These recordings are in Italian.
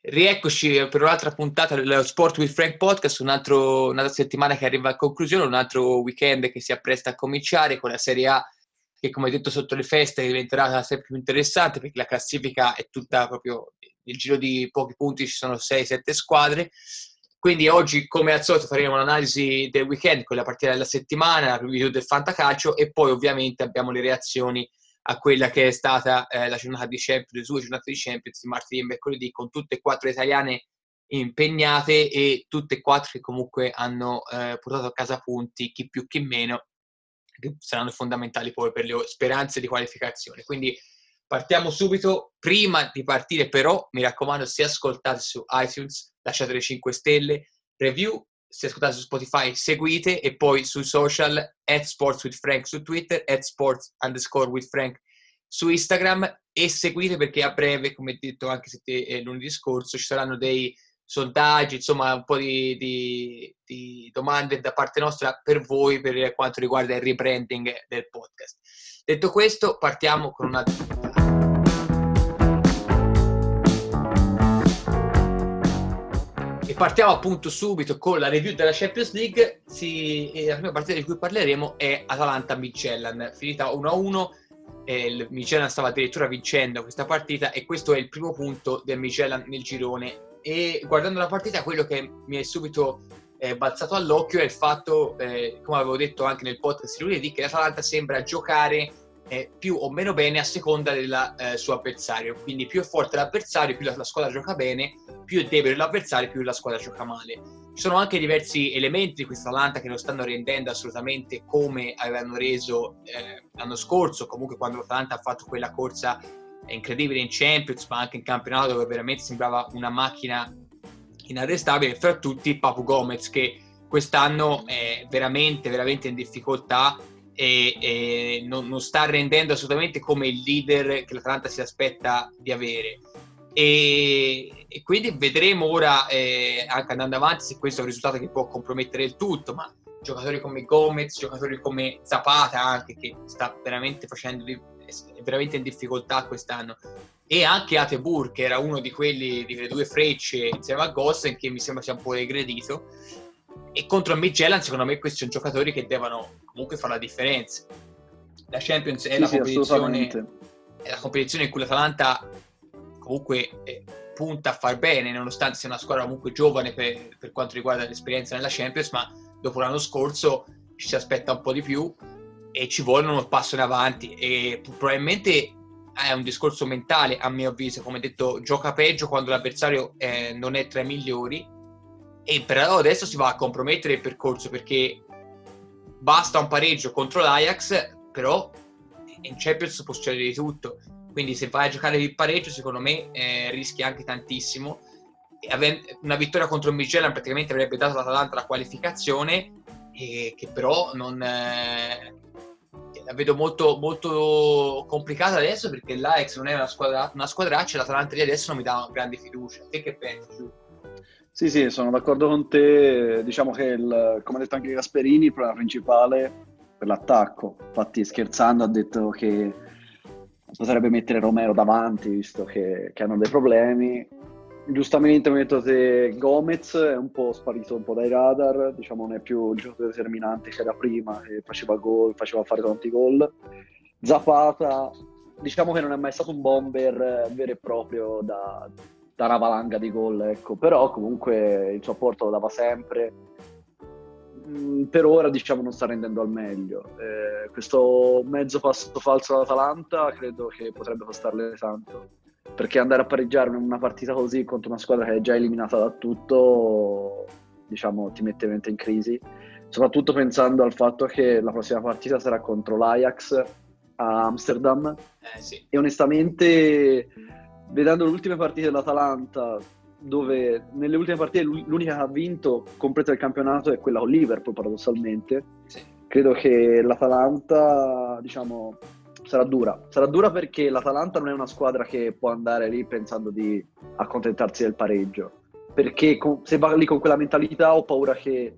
Rieccoci per un'altra puntata dello Sport with Frank Podcast, un'altra settimana che arriva a conclusione, un altro weekend che si appresta a cominciare con la Serie A che, come detto, sotto le feste diventerà sempre più interessante perché la classifica è tutta proprio nel giro di pochi punti, ci sono 6-7 squadre. Quindi oggi, come al solito, faremo un'analisi del weekend con la partita della settimana, la preview del fantacalcio e poi ovviamente abbiamo le reazioni a quella che è stata la giornata di Champions, le due giornate di Champions, di martedì e mercoledì, con tutte e quattro italiane impegnate e tutte e quattro che comunque hanno portato a casa punti, chi più chi meno, che saranno fondamentali poi per le speranze di qualificazione. Quindi partiamo subito. Prima di partire però, mi raccomando, se ascoltate su iTunes, lasciate le 5 stelle, review, se ascoltate su Spotify seguite e poi sui social @sportswithfrank su Twitter, @sports_with_Frank su Instagram e seguite perché a breve, come detto anche lunedì scorso, ci saranno dei sondaggi, insomma un po' di domande da parte nostra per voi per quanto riguarda il rebranding del podcast. Detto questo, partiamo con una e partiamo appunto subito con la review della Champions League. La prima partita di cui parleremo è Atalanta-Midtjylland, finita 1-1. Il Midtjylland stava addirittura vincendo questa partita e questo è il primo punto del Midtjylland nel girone. E guardando la partita, quello che mi è subito balzato all'occhio è il fatto, come avevo detto anche nel podcast di lunedì, che l'Atalanta sembra giocare più o meno bene a seconda del suo avversario. Quindi più è forte l'avversario, più la squadra gioca bene, più è debole l'avversario, più la squadra gioca male. Ci sono anche diversi elementi di questa Atalanta che non stanno rendendo assolutamente come avevano reso l'anno scorso, comunque quando l'Atalanta ha fatto quella corsa incredibile in Champions, ma anche in campionato, dove veramente sembrava una macchina inarrestabile. Fra tutti Papu Gomez, che quest'anno è veramente in difficoltà e non sta rendendo assolutamente come il leader che l'Atalanta si aspetta di avere. E quindi vedremo ora, anche andando avanti, se questo è un risultato che può compromettere il tutto, ma giocatori come Gomez, giocatori come Zapata anche, che sta veramente è veramente in difficoltà quest'anno, e anche Atebur, che era uno di quelli, di quelle due frecce insieme a Gossen, che mi sembra sia un po' regredito. E contro il Midtjylland, secondo me, questi sono giocatori che devono comunque fare la differenza. La Champions è la competizione in cui l'Atalanta comunque punta a far bene, nonostante sia una squadra comunque giovane per quanto riguarda l'esperienza nella Champions, ma dopo l'anno scorso ci si aspetta un po' di più e ci vuole uno passo in avanti, e probabilmente è un discorso mentale, a mio avviso. Come detto, gioca peggio quando l'avversario non è tra i migliori, e però adesso si va a compromettere il percorso, perché basta un pareggio contro l'Ajax, però in Champions può succedere di tutto. Quindi se vai a giocare il pareggio, secondo me rischi anche tantissimo. Una vittoria contro il Midtjylland praticamente avrebbe dato all'Atalanta la qualificazione, che però non la vedo molto, molto complicata adesso, perché l'Ajax non è una squadraccia, l'Atalanta di adesso non mi dà grande fiducia. Te che pensi? Sì, sono d'accordo con te. Diciamo che, come ha detto anche Gasperini, il problema principale per l'attacco. Infatti, scherzando, ha detto che potrebbe mettere Romero davanti, visto che hanno dei problemi. Giustamente, come hai detto te, Gomez è un po' sparito un po' dai radar, diciamo non è più il giocatore determinante che era prima, che faceva gol, faceva fare tanti gol. Zapata, diciamo che non è mai stato un bomber vero e proprio da una valanga di gol, ecco, però comunque il suo apporto lo dava sempre. Per ora, diciamo, non sta rendendo al meglio. Questo mezzo passo falso all'Atalanta credo che potrebbe costarle tanto, perché andare a pareggiare una partita così contro una squadra che è già eliminata da tutto, diciamo, ti mette veramente in crisi, soprattutto pensando al fatto che la prossima partita sarà contro l'Ajax a Amsterdam. Sì. E onestamente, vedendo le ultime partite dell'Atalanta, dove nelle ultime partite l'unica che ha vinto completa il campionato è quella con Liverpool, paradossalmente, sì. Credo che l'Atalanta, diciamo, sarà dura perché l'Atalanta non è una squadra che può andare lì pensando di accontentarsi del pareggio, perché se va lì con quella mentalità ho paura che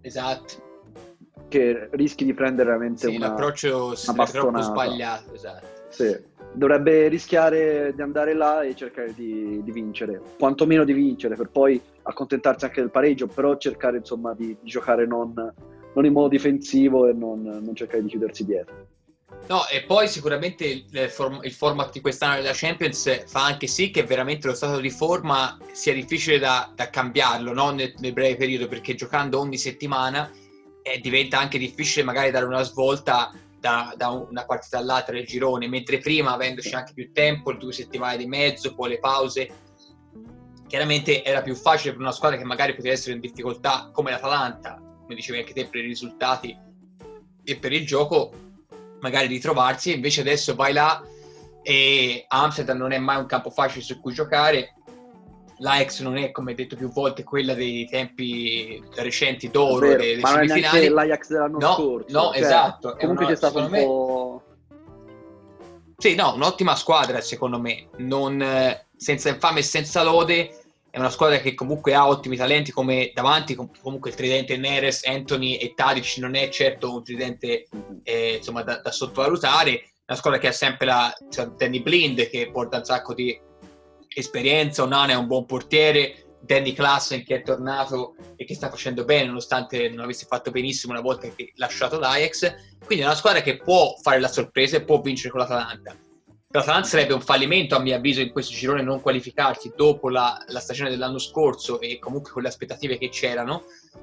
rischi di prendere veramente l'approccio una bastonata. troppo sbagliato, esatto. Sì. dovrebbe rischiare di andare là e cercare di vincere, quantomeno di vincere, per poi accontentarsi anche del pareggio, però cercare insomma di giocare non in modo difensivo e non cercare di chiudersi dietro. No, e poi sicuramente il format di quest'anno della Champions fa anche sì che veramente lo stato di forma sia difficile da cambiarlo, no? nel breve periodo, perché giocando ogni settimana diventa anche difficile magari dare una svolta da una partita all'altra del girone, mentre prima, avendoci anche più tempo, 2 settimane di mezzo, poi le pause, chiaramente era più facile per una squadra che magari poteva essere in difficoltà come l'Atalanta, come dicevi anche te, per i risultati e per il gioco, magari di trovarsi. Invece adesso vai là e Amsterdam non è mai un campo facile su cui giocare. L'Ajax non è, come detto più volte, quella dei tempi recenti d'oro, delle ma non è semifinali. neanche l'Ajax dell'anno scorso. No, cioè, esatto. Comunque c'è stato un po'... Sì, no, un'ottima squadra secondo me, non senza infame e senza lode. È una squadra che comunque ha ottimi talenti come davanti, comunque il tridente Neres, Anthony e Tadic non è certo un tridente insomma da sottovalutare. Una squadra che ha sempre Danny Blind che porta un sacco di esperienza, Onana è un buon portiere, Danny Klaassen che è tornato e che sta facendo bene nonostante non avesse fatto benissimo una volta che ha lasciato l'Ajax. Quindi è una squadra che può fare la sorpresa e può vincere con l'Atalanta. L'Atalanta sarebbe un fallimento a mio avviso in questo girone non qualificarsi dopo la stagione dell'anno scorso e comunque con le aspettative che c'erano.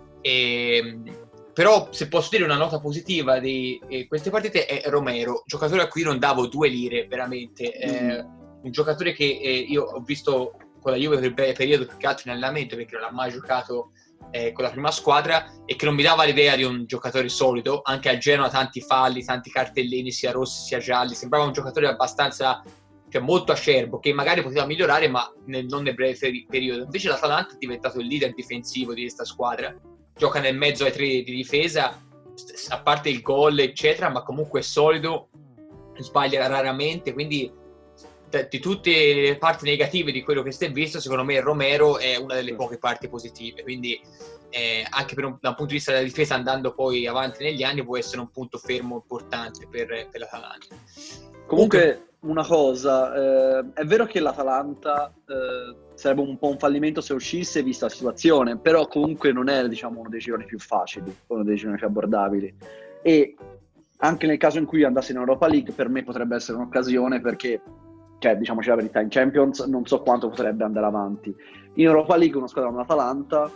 Però se posso dire una nota positiva di queste partite è Romero, giocatore a cui non davo 2 lire veramente, un giocatore che io ho visto con la Juve per breve periodo più che altro in allenamento perché non ha mai giocato con la prima squadra e che non mi dava l'idea di un giocatore solido. Anche a Genoa tanti falli, tanti cartellini sia rossi sia gialli, sembrava un giocatore abbastanza, cioè molto acerbo, che magari poteva migliorare ma non nel breve periodo. Invece l'Atalanta è diventato il leader difensivo di questa squadra, gioca nel mezzo ai 3 di difesa, a parte il gol eccetera, ma comunque è solido, sbaglia raramente, quindi di tutte le parti negative di quello che si è visto, secondo me Romero è una delle poche parti positive, quindi anche da un punto di vista della difesa, andando poi avanti negli anni, può essere un punto fermo importante per l'Atalanta. Comunque una cosa, è vero che l'Atalanta sarebbe un po' un fallimento se uscisse vista la situazione, però comunque non è, diciamo, uno dei gironi più facili, uno dei gironi più abbordabili, e anche nel caso in cui andasse in Europa League per me potrebbe essere un'occasione, perché cioè, diciamoci la verità, in Champions non so quanto potrebbe andare avanti. In Europa League una squadra come l'Atalanta,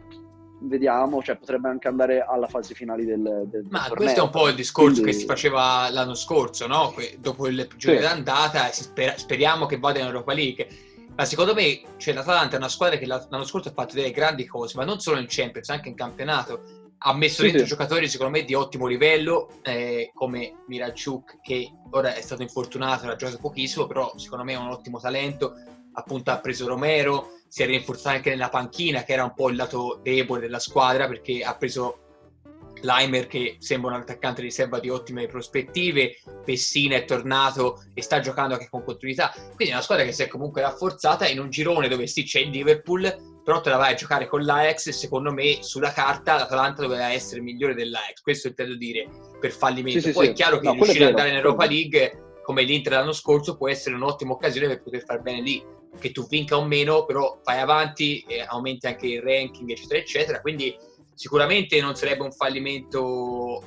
vediamo, cioè potrebbe anche andare alla fase finale del ma torneo. questo è un po' il discorso che si faceva l'anno scorso, no? Dopo il girone d'andata speriamo che vada in Europa League. Ma secondo me, cioè, l'Atalanta è una squadra che l'anno scorso ha fatto delle grandi cose, ma non solo in Champions, anche in campionato. Ha messo dentro giocatori secondo me di ottimo livello, come Miraciuk, che ora è stato infortunato, ha giocato pochissimo, però secondo me è un ottimo talento. Appunto ha preso Romero, si è rinforzato anche nella panchina, che era un po' il lato debole della squadra, perché ha preso Laimer, che sembra un attaccante di riserva di ottime prospettive, Pessina è tornato e sta giocando anche con continuità, quindi è una squadra che si è comunque rafforzata in un girone dove sì c'è il Liverpool, però te la vai a giocare con l'Ajax e secondo me sulla carta l'Atalanta doveva essere migliore dell'Ajax, questo intendo dire per fallimento. Poi è chiaro che riuscire ad andare in Europa League come l'Inter l'anno scorso può essere un'ottima occasione per poter far bene lì, che tu vinca o meno, però vai avanti e aumenti anche il ranking eccetera eccetera, quindi sicuramente non sarebbe un fallimento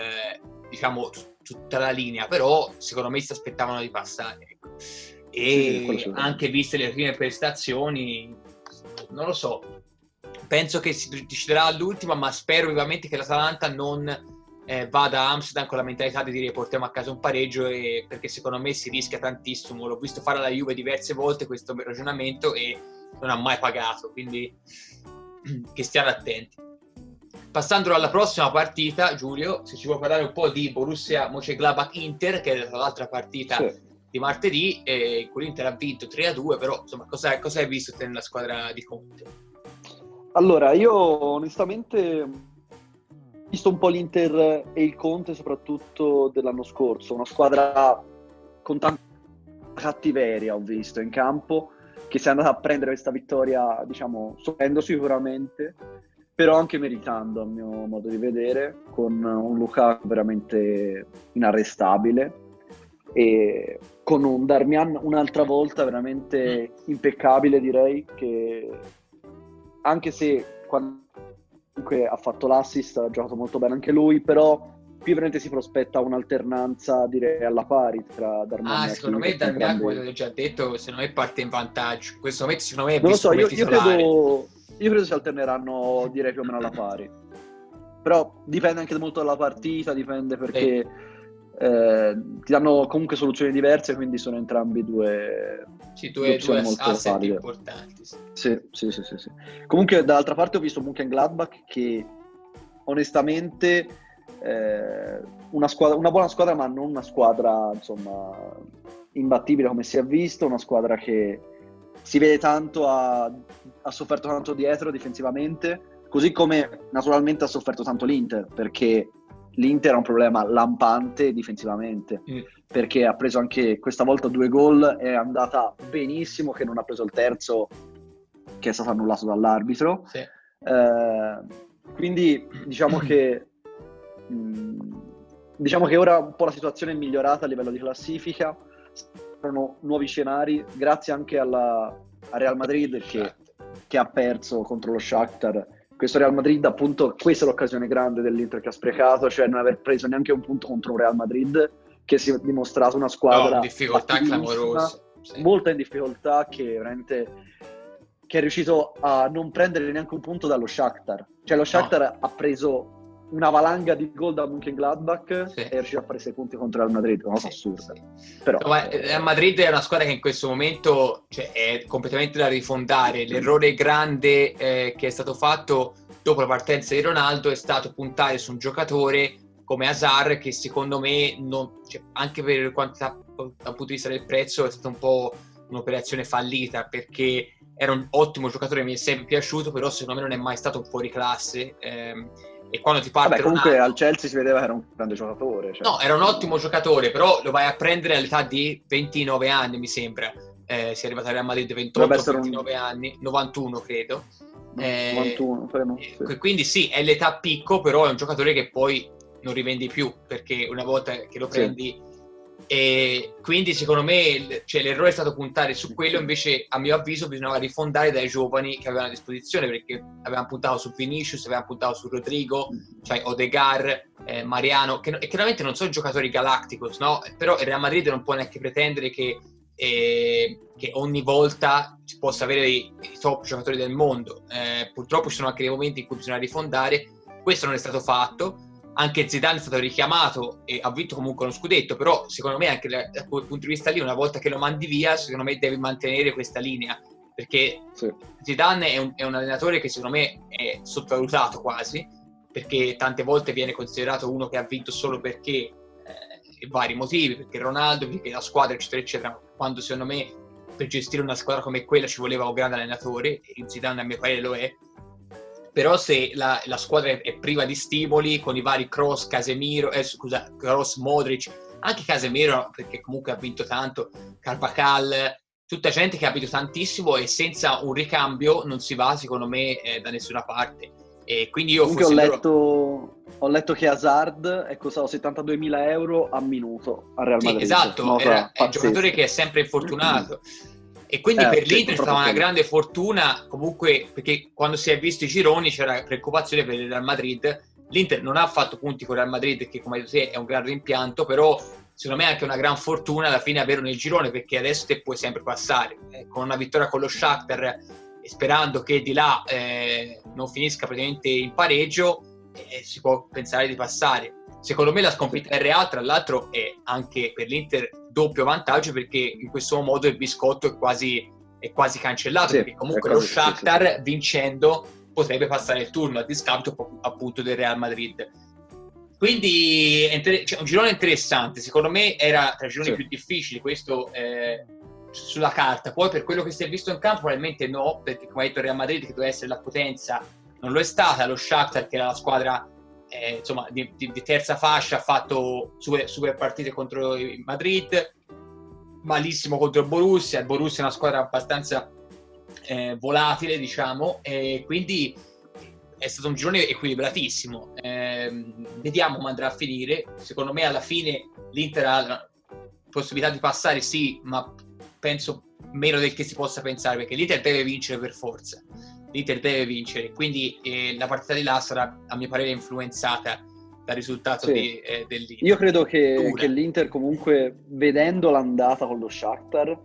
diciamo tutta la linea, però secondo me si aspettavano di passare, ecco. E anche viste le prime prestazioni non lo so, penso che si deciderà all'ultima, ma spero vivamente che l'Atalanta non vada a Amsterdam con la mentalità di dire portiamo a casa un pareggio, perché secondo me si rischia tantissimo. L'ho visto fare alla Juve diverse volte questo ragionamento e non ha mai pagato, quindi che stiano attenti. Passando alla prossima partita, Giulio, se ci vuoi parlare un po' di Borussia Mönchengladbach-Inter, che è l'altra partita di martedì, in cui l'Inter ha vinto 3-2, però insomma cosa hai visto te nella squadra di Conte? Allora, io onestamente ho visto un po' l'Inter e il Conte soprattutto dell'anno scorso, una squadra con tanta cattiveria ho visto in campo, che si è andata a prendere questa vittoria, diciamo, soffrendo sicuramente, però anche meritando a mio modo di vedere, con un Lukaku veramente inarrestabile. e con un Darmian un'altra volta veramente impeccabile, direi, che anche se comunque ha fatto l'assist, ha giocato molto bene anche lui, però qui veramente si prospetta un'alternanza, direi, alla pari tra Darmian e Secondo me Hakimi, perché Darmian, come entrambi... ho già detto, secondo me parte in vantaggio. In questo momento secondo me è Non lo visto so, come titolare. io credo si alterneranno, direi, più o meno alla pari. Però dipende anche molto dalla partita, dipende perché ti danno comunque soluzioni diverse, quindi sono entrambi due opzioni molto asset valide. importanti. Sì. Comunque dall'altra parte ho visto Mönchengladbach che onestamente una buona squadra, ma non una squadra insomma imbattibile come si è visto, una squadra che si vede tanto, ha sofferto tanto dietro difensivamente, così come naturalmente ha sofferto tanto l'Inter, perché l'Inter ha un problema lampante difensivamente, perché ha preso anche questa volta 2 gol, è andata benissimo che non ha preso il terzo, che è stato annullato dall'arbitro. Sì. Quindi diciamo che ora un po' la situazione è migliorata a livello di classifica, sono nuovi scenari grazie anche a Real Madrid che ha perso contro lo Shakhtar. Questo Real Madrid, appunto, questa è l'occasione grande dell'Inter che ha sprecato, cioè non aver preso neanche un punto contro un Real Madrid che si è dimostrato una squadra in difficoltà clamorosa, molta in difficoltà, che veramente è riuscito a non prendere neanche un punto dallo Shakhtar. Cioè lo Shakhtar ha preso una valanga di gol da Mönchengladbach e è riuscito a fare 6 punti contro il Real Madrid, una cosa assurda. Però Real Madrid è una squadra che in questo momento è completamente da rifondare. L'errore grande che è stato fatto dopo la partenza di Ronaldo è stato puntare su un giocatore come Hazard, che secondo me anche per quanto dal punto di vista del prezzo è stata un po' un'operazione fallita, perché era un ottimo giocatore, mi è sempre piaciuto, però secondo me non è mai stato un fuori classe. E quando ti parte comunque Ronaldo, al Chelsea si vedeva che era un grande giocatore, cioè, no, era un ottimo giocatore, però lo vai a prendere all'età di 29 anni, mi sembra. Si è arrivato al Real Madrid 28-29 anni, 91 credo. 91, sì. Quindi sì, è l'età picco, però è un giocatore che poi non rivendi più, perché una volta che lo prendi... E quindi secondo me l'errore è stato puntare su quello, invece a mio avviso bisognava rifondare dai giovani che avevano a disposizione, perché avevamo puntato su Vinicius, avevamo puntato su Rodrigo, cioè Odegaard, Mariano, che chiaramente non sono giocatori galacticos, no? Però il Real Madrid non può neanche pretendere che ogni volta si possa avere i top giocatori del mondo. Purtroppo ci sono anche dei momenti in cui bisogna rifondare. Questo non è stato fatto. Anche Zidane è stato richiamato e ha vinto comunque uno scudetto, però secondo me anche dal punto di vista lì, una volta che lo mandi via, secondo me devi mantenere questa linea, perché Zidane è un allenatore che secondo me è sottovalutato quasi, perché tante volte viene considerato uno che ha vinto solo perché vari motivi, perché Ronaldo, perché la squadra, eccetera eccetera, quando secondo me per gestire una squadra come quella ci voleva un grande allenatore, e Zidane a mio parere lo è. Però se la squadra è priva di stimoli, con i vari Kroos, Modric, anche Casemiro, perché comunque ha vinto tanto, Carvajal, tutta gente che ha vinto tantissimo, e senza un ricambio non si va, secondo me, da nessuna parte. E quindi io ho letto che Hazard è costato 72.000 euro a minuto al Real Madrid. Esatto, è un giocatore che è sempre infortunato. E quindi per l'Inter è stata una grande fortuna, comunque, perché quando si è visto i gironi c'era preoccupazione per il Real Madrid. L'Inter non ha fatto punti con il Real Madrid, che come hai detto è un gran rimpianto, però secondo me è anche una gran fortuna alla fine averlo nel girone, perché adesso te puoi sempre passare. Con una vittoria con lo Shakhtar, sperando che di là non finisca praticamente in pareggio, si può pensare di passare. Secondo me la sconfitta del Real, tra l'altro, è anche per l'Inter doppio vantaggio, perché in questo modo il biscotto è quasi cancellato, perché comunque lo Shakhtar vincendo potrebbe passare il turno a discapito appunto del Real Madrid. Quindi un girone interessante, secondo me era tra i gironi più difficili, questo sulla carta. Poi per quello che si è visto in campo probabilmente no, perché come ha detto il Real Madrid, che doveva essere la potenza, non lo è stata. Lo Shakhtar, che era la squadra insomma di terza fascia, ha fatto super partite contro il Madrid, malissimo contro il Borussia è una squadra abbastanza volatile, diciamo, e quindi è stato un girone equilibratissimo. Vediamo come andrà a finire. Secondo me alla fine l'Inter ha possibilità di passare sì, ma penso meno del che si possa pensare, perché l'Inter deve vincere per forza. L'Inter deve vincere, quindi la partita di là sarà, a mio parere, influenzata dal risultato dell'Inter. Io credo che l'Inter comunque, vedendo l'andata con lo Shakhtar,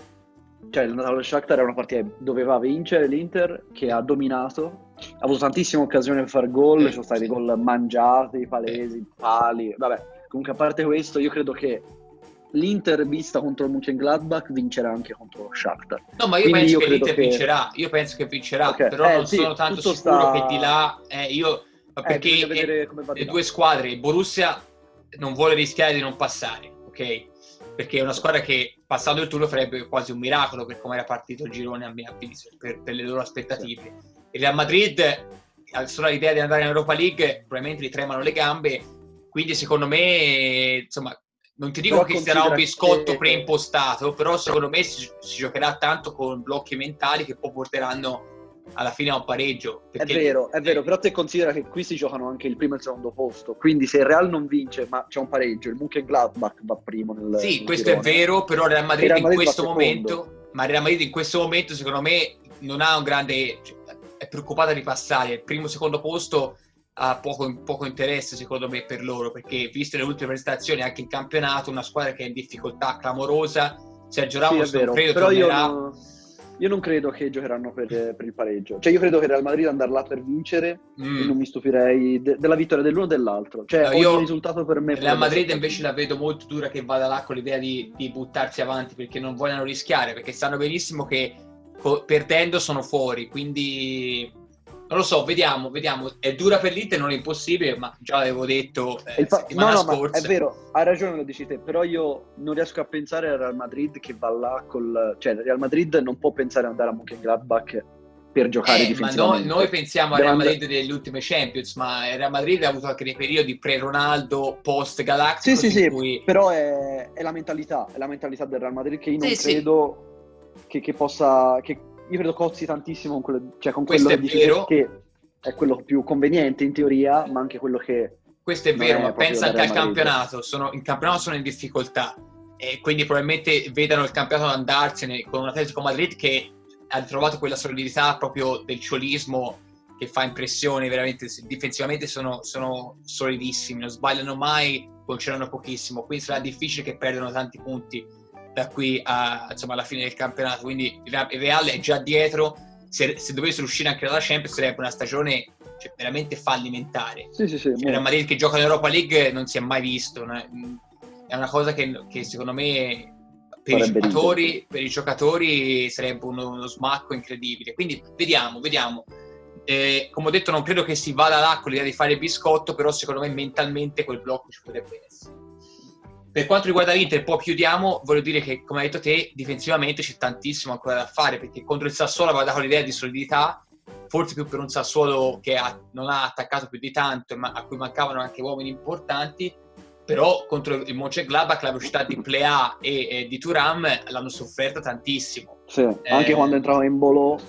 cioè l'andata con lo Shakhtar è una partita che doveva vincere l'Inter, che ha dominato, ha avuto tantissime occasioni per far gol, ci sono stati gol mangiati, palesi, pali, vabbè, comunque a parte questo io credo che l'Inter vista contro il Mönchengladbach vincerà anche contro lo Shakhtar. No, ma io penso che l'Inter vincerà, okay. Però non sono tanto sicuro che di là perché le due squadre, il Borussia non vuole rischiare di non passare, ok? Perché è una squadra che passando il turno farebbe quasi un miracolo per come era partito il girone, a mio avviso, per le loro aspettative. Il Real Madrid, solo l'idea di andare in Europa League, probabilmente gli tremano le gambe, quindi secondo me, insomma, non ti dico che sarà un biscotto preimpostato, però secondo me si giocherà tanto con blocchi mentali che poi porteranno alla fine a un pareggio. È vero, però te considera che qui si giocano anche il primo e il secondo posto, quindi se il Real non vince ma c'è un pareggio, il Mönchengladbach va primo nel questo girone. È vero, però il Real Madrid in questo momento, secondo me non ha un grande, è preoccupata di passare. Il primo e secondo posto ha poco interesse secondo me per loro, perché viste le ultime prestazioni anche in campionato, una squadra che è in difficoltà clamorosa. Sergio Ramos non credo però tornerà. Io non credo che giocheranno per il pareggio, cioè io credo che il Real Madrid andrà là per vincere e non mi stupirei della vittoria dell'uno o dell'altro, cioè ogni risultato per me. Il Real Madrid invece la vedo molto dura che vada là con l'idea di buttarsi avanti, perché non vogliono rischiare, perché sanno benissimo che perdendo sono fuori, quindi non lo so, vediamo. È dura per l'Inter, non è impossibile, ma già l'avevo detto settimana scorsa. Ma è vero, hai ragione, lo dici te, però io non riesco a pensare al Real Madrid che va là cioè il Real Madrid non può pensare ad andare a Mönchengladbach per giocare difensivamente. Ma noi pensiamo al Real Madrid delle ultime Champions, ma il Real Madrid ha avuto anche dei periodi pre-Ronaldo, post-Galattico. Sì, però è la mentalità del Real Madrid che io non credo che possa... Io credo cozzi tantissimo con quello che dici che è quello più conveniente in teoria, ma anche quello che... Questo è vero, ma pensa anche al campionato. In campionato sono in difficoltà e quindi probabilmente vedano il campionato andarsene con un Atletico Madrid che ha trovato quella solidità proprio del ciolismo che fa impressione, veramente difensivamente sono solidissimi, non sbagliano mai, concederano pochissimo, quindi sarà difficile che perdano tanti punti da qui alla fine del campionato. Quindi il Real è già dietro, se dovesse uscire anche dalla Champions sarebbe una stagione veramente fallimentare. Il Real Madrid che gioca in Europa League non si è mai visto, è una cosa che secondo me per i giocatori sarebbe uno smacco incredibile, quindi vediamo. Come ho detto, non credo che si vada là con l'idea di fare il biscotto, però secondo me mentalmente quel blocco ci potrebbe essere. Per quanto riguarda l'Inter, poi chiudiamo, voglio dire che, come hai detto te, difensivamente c'è tantissimo ancora da fare, perché contro il Sassuolo aveva dato l'idea di solidità, forse più per un Sassuolo che non ha attaccato più di tanto, ma a cui mancavano anche uomini importanti, però contro il Mönchengladbach la velocità di Plea e di Thuram l'hanno sofferta tantissimo. Anche quando entrava in Embolo,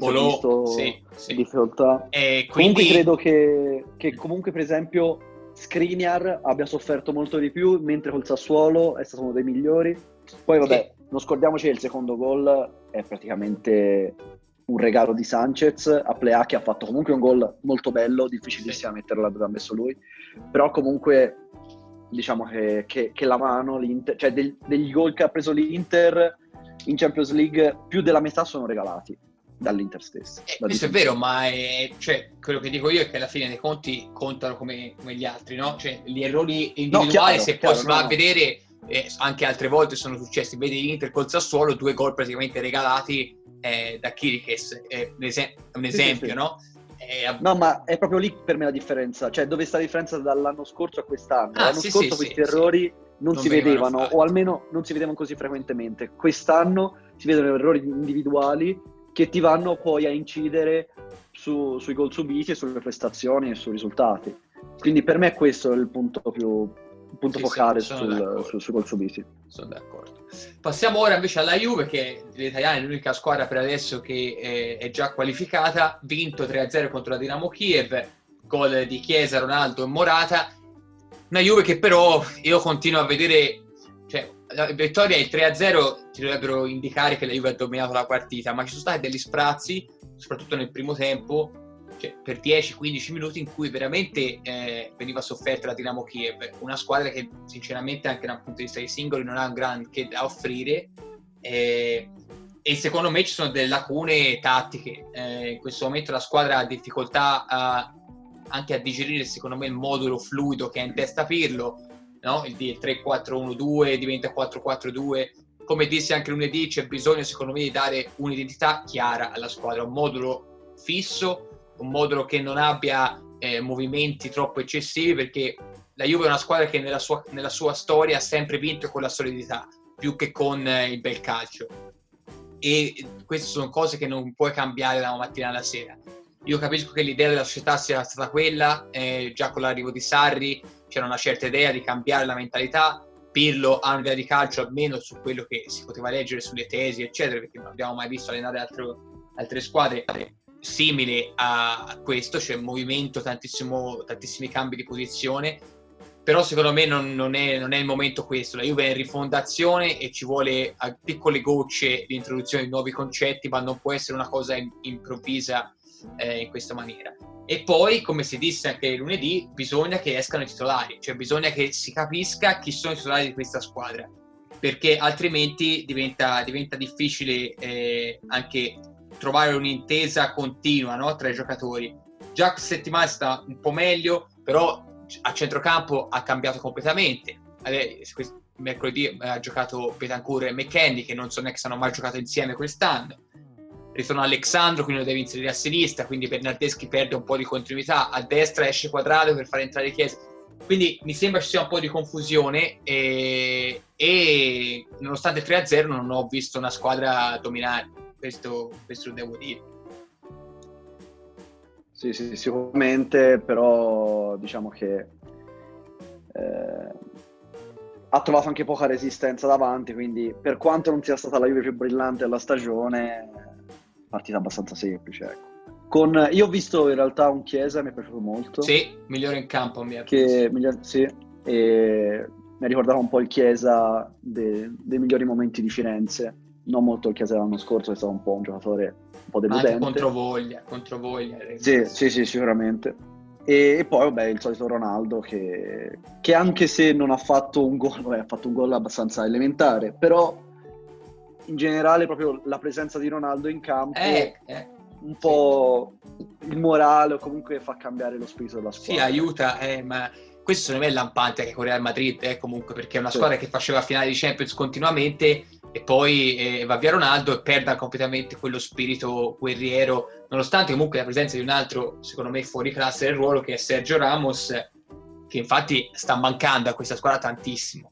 difficoltà. Comunque credo che comunque, per esempio, Skriniar abbia sofferto molto di più, mentre col Sassuolo è stato uno dei migliori. Poi non scordiamoci che il secondo gol è praticamente un regalo di Sanchez a Plea, che ha fatto comunque un gol molto bello, difficilissimo a metterlo là dove ha messo lui, però comunque diciamo che la mano l'Inter, cioè degli gol che ha preso l'Inter in Champions League più della metà sono regalati dall'Inter stesso. Questo è vero, ma quello che dico io è che alla fine dei conti contano come gli altri, no? Cioè gli errori individuali, se poi si va a vedere, anche altre volte sono successi. Vedi l'Inter col Sassuolo, 2 gol praticamente regalati da Chiriches, un esempio, sì. No? No, ma è proprio lì per me la differenza, cioè dove sta la differenza dall'anno scorso a quest'anno. L'anno scorso questi errori non si vedevano, o almeno non si vedevano così frequentemente. Quest'anno si vedono errori individuali che ti vanno poi a incidere sui gol subiti e sulle prestazioni e sui risultati. Quindi per me questo è il punto focale sui gol subiti. Sono d'accordo. Passiamo ora invece alla Juve, che l'Italiana è l'unica squadra per adesso che è già qualificata, vinto 3-0 contro la Dinamo Kiev, gol di Chiesa, Ronaldo e Morata. Una Juve che però io continuo a vedere, cioè, la vittoria e il 3-0 ti dovrebbero indicare che la Juve ha dominato la partita, ma ci sono stati degli sprazzi, soprattutto nel primo tempo, cioè, per 10-15 minuti in cui veramente veniva sofferta la Dinamo Kiev, una squadra che sinceramente anche dal punto di vista dei singoli non ha un granché da offrire, e secondo me ci sono delle lacune tattiche. In questo momento la squadra ha difficoltà anche a digerire, secondo me, il modulo fluido che ha in testa Pirlo, no? Il 3-4-1-2 diventa 4-4-2. Come dissi anche lunedì, c'è bisogno secondo me di dare un'identità chiara alla squadra, un modulo fisso, un modulo che non abbia movimenti troppo eccessivi, perché la Juve è una squadra che nella sua storia ha sempre vinto con la solidità più che con il bel calcio, e queste sono cose che non puoi cambiare da una mattina alla sera. Io capisco che l'idea della società sia stata quella, già con l'arrivo di Sarri c'era una certa idea di cambiare la mentalità. Pirlo ha un'idea di calcio, almeno su quello che si poteva leggere sulle tesi eccetera, perché non abbiamo mai visto allenare altre squadre simili a questo, c'è movimento, tantissimi cambi di posizione, però secondo me non è il momento questo. La Juve è in rifondazione e ci vuole a piccole gocce di introduzione di nuovi concetti, ma non può essere una cosa improvvisa in questa maniera. E poi, come si disse anche lunedì, bisogna che escano i titolari, cioè bisogna che si capisca chi sono i titolari di questa squadra, perché altrimenti diventa difficile anche trovare un'intesa continua, no, tra i giocatori. Già settimana sta un po' meglio, però a centrocampo ha cambiato completamente. Mercoledì ha giocato Bentancur e McKennie, che non so neanche se hanno mai giocato insieme quest'anno. Ritorna Alexandro, quindi lo deve inserire a sinistra, quindi Bernardeschi perde un po' di continuità, a destra esce Quadrado per far entrare Chiesa, quindi mi sembra ci sia un po' di confusione, e nonostante il 3-0 non ho visto una squadra dominare, questo lo devo dire. Sì, sicuramente, però diciamo che ha trovato anche poca resistenza davanti, quindi per quanto non sia stata la Juve più brillante della stagione, partita abbastanza semplice, ecco. Io ho visto in realtà un Chiesa, mi è piaciuto molto. Sì, migliore in campo sì, e mi ha ricordato un po' il Chiesa dei migliori momenti di Firenze, non molto il Chiesa dell'anno scorso, che è stato un po' un giocatore un po' deludente. Anche controvoglia. Sì, sicuramente. E poi vabbè il solito Ronaldo che anche se non ha fatto un gol, ha fatto un gol abbastanza elementare, però in generale proprio la presenza di Ronaldo in campo un po' il morale, o comunque fa cambiare lo spirito della squadra. Sì, aiuta, ma questo secondo me è lampante anche con Real Madrid, comunque, perché è una squadra che faceva finali di Champions continuamente e poi va via Ronaldo e perde completamente quello spirito guerriero, nonostante comunque la presenza di un altro, secondo me, fuori classe del ruolo, che è Sergio Ramos, che infatti sta mancando a questa squadra tantissimo,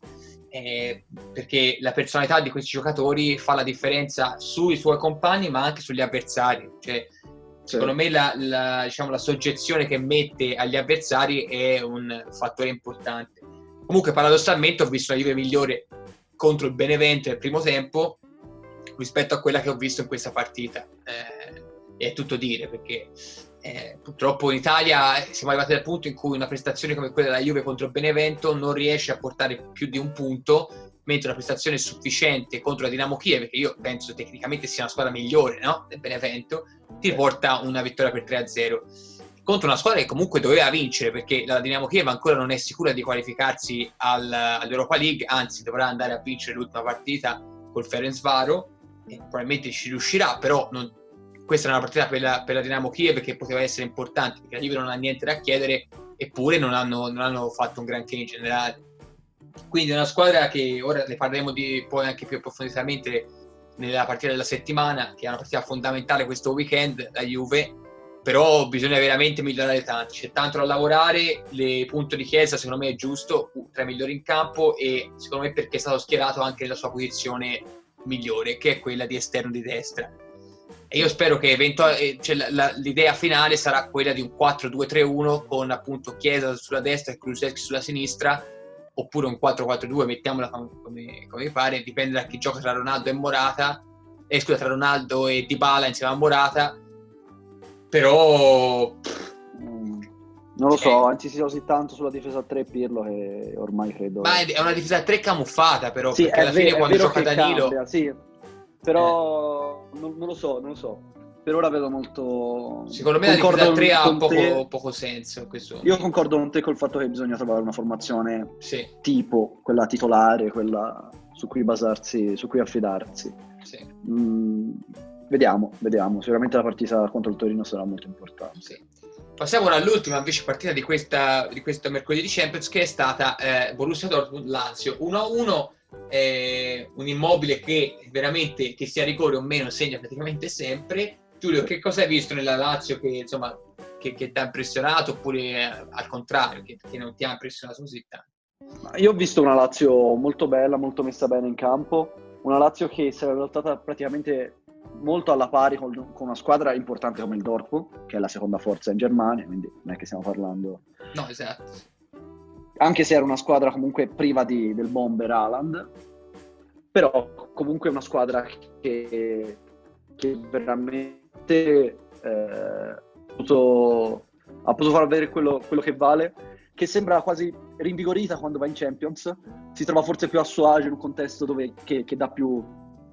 perché la personalità di questi giocatori fa la differenza sui suoi compagni ma anche sugli avversari, cioè secondo me la soggezione che mette agli avversari è un fattore importante. Comunque paradossalmente ho visto la Juve migliore contro il Benevento nel primo tempo rispetto a quella che ho visto in questa partita, è tutto dire, perché purtroppo in Italia siamo arrivati al punto in cui una prestazione come quella della Juve contro il Benevento non riesce a portare più di un punto, mentre una prestazione sufficiente contro la Dinamo Kiev, che io penso tecnicamente sia una squadra migliore, no? del Benevento, ti porta una vittoria per 3-0 contro una squadra che comunque doveva vincere, perché la Dinamo Kiev ancora non è sicura di qualificarsi all'Europa League, anzi dovrà andare a vincere l'ultima partita col Ferencváros e probabilmente ci riuscirà, però questa è una partita per la Dinamo Kiev che poteva essere importante, perché la Juve non ha niente da chiedere, eppure non hanno fatto un granché in generale. Quindi è una squadra che ora ne parleremo poi anche più approfonditamente nella partita della settimana, che è una partita fondamentale questo weekend, la Juve, però bisogna veramente migliorare tanto, c'è tanto da lavorare. Il punto di Chiesa secondo me è giusto, tra i migliori in campo, e secondo me perché è stato schierato anche nella sua posizione migliore, che è quella di esterno di destra. E io spero che l'idea finale sarà quella di un 4-2-3-1 con appunto Chiesa sulla destra e Kulusevski sulla sinistra, oppure un 4-4-2, mettiamola come vi pare, dipende da chi gioca tra Ronaldo e Morata, tra Ronaldo e Dybala insieme a Morata, però Non lo so, anzi si così tanto sulla difesa a 3 Pirlo che ormai credo... Ma è una difesa a 3 camuffata però, sì, perché alla fine quando gioca Danilo... Cambia, sì, però non lo so. Per ora vedo molto... Secondo me la difesa a 3 ha poco senso. Io concordo con te col fatto che bisogna trovare una formazione sì. tipo, quella titolare, quella su cui basarsi, su cui affidarsi. Sì. Vediamo. Sicuramente la partita contro il Torino sarà molto importante. Sì. Passiamo all'ultima invece partita di questo mercoledì di Champions, che è stata Borussia Dortmund-Lazio 1-1, un Immobile che veramente, che sia rigore o meno, segna praticamente sempre. Giulio, che cosa hai visto nella Lazio che insomma che ti ha impressionato, oppure al contrario che non ti ha impressionato così tanto? Io ho visto una Lazio molto bella, molto messa bene in campo, una Lazio che si è lottata praticamente molto alla pari con una squadra importante come il Dortmund, che è la seconda forza in Germania, quindi non è che stiamo parlando... No, esatto. Anche se era una squadra comunque priva del bomber Haaland, però comunque è una squadra che veramente ha potuto far vedere quello che vale, che sembra quasi rinvigorita quando va in Champions, si trova forse più a suo agio in un contesto dove che dà più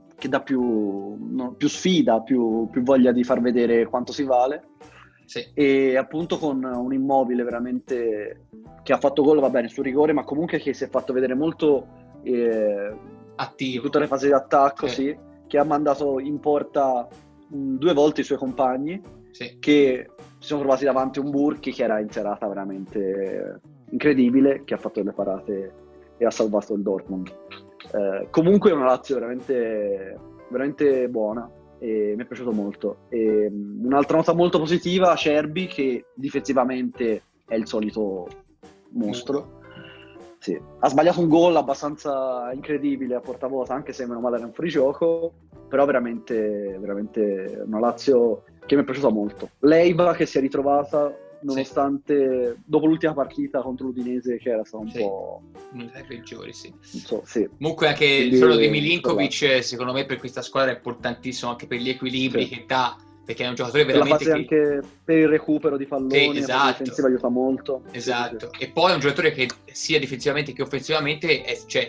sfida, più voglia di far vedere quanto si vale. Sì. E appunto con un Immobile veramente che ha fatto gol, va bene, sul rigore, ma comunque che si è fatto vedere molto attivo in tutte le fasi di attacco, sì, che ha mandato in porta 2 volte i suoi compagni, sì, che si sono trovati davanti a un Burki che era in serata veramente incredibile, che ha fatto delle parate e ha salvato il Dortmund. Comunque è una Lazio veramente, veramente buona e mi è piaciuto molto. E un'altra nota molto positiva, Acerbi, che difensivamente è il solito mostro. Sì. Ha sbagliato un gol abbastanza incredibile a porta vuota, anche se meno male era un fuorigioco, però veramente, veramente una Lazio che mi è piaciuta molto. Leiva che si è ritrovata nonostante dopo l'ultima partita contro l'Udinese, che era stato un po' dai peggiori, sì. Non so, sì. Comunque anche il ruolo di Milinkovic secondo me per questa squadra è importantissimo, anche per gli equilibri che dà, perché è un giocatore veramente la fase anche per il recupero di palloni, esatto. La difensiva aiuta molto. Esatto. E poi è un giocatore che sia difensivamente che offensivamente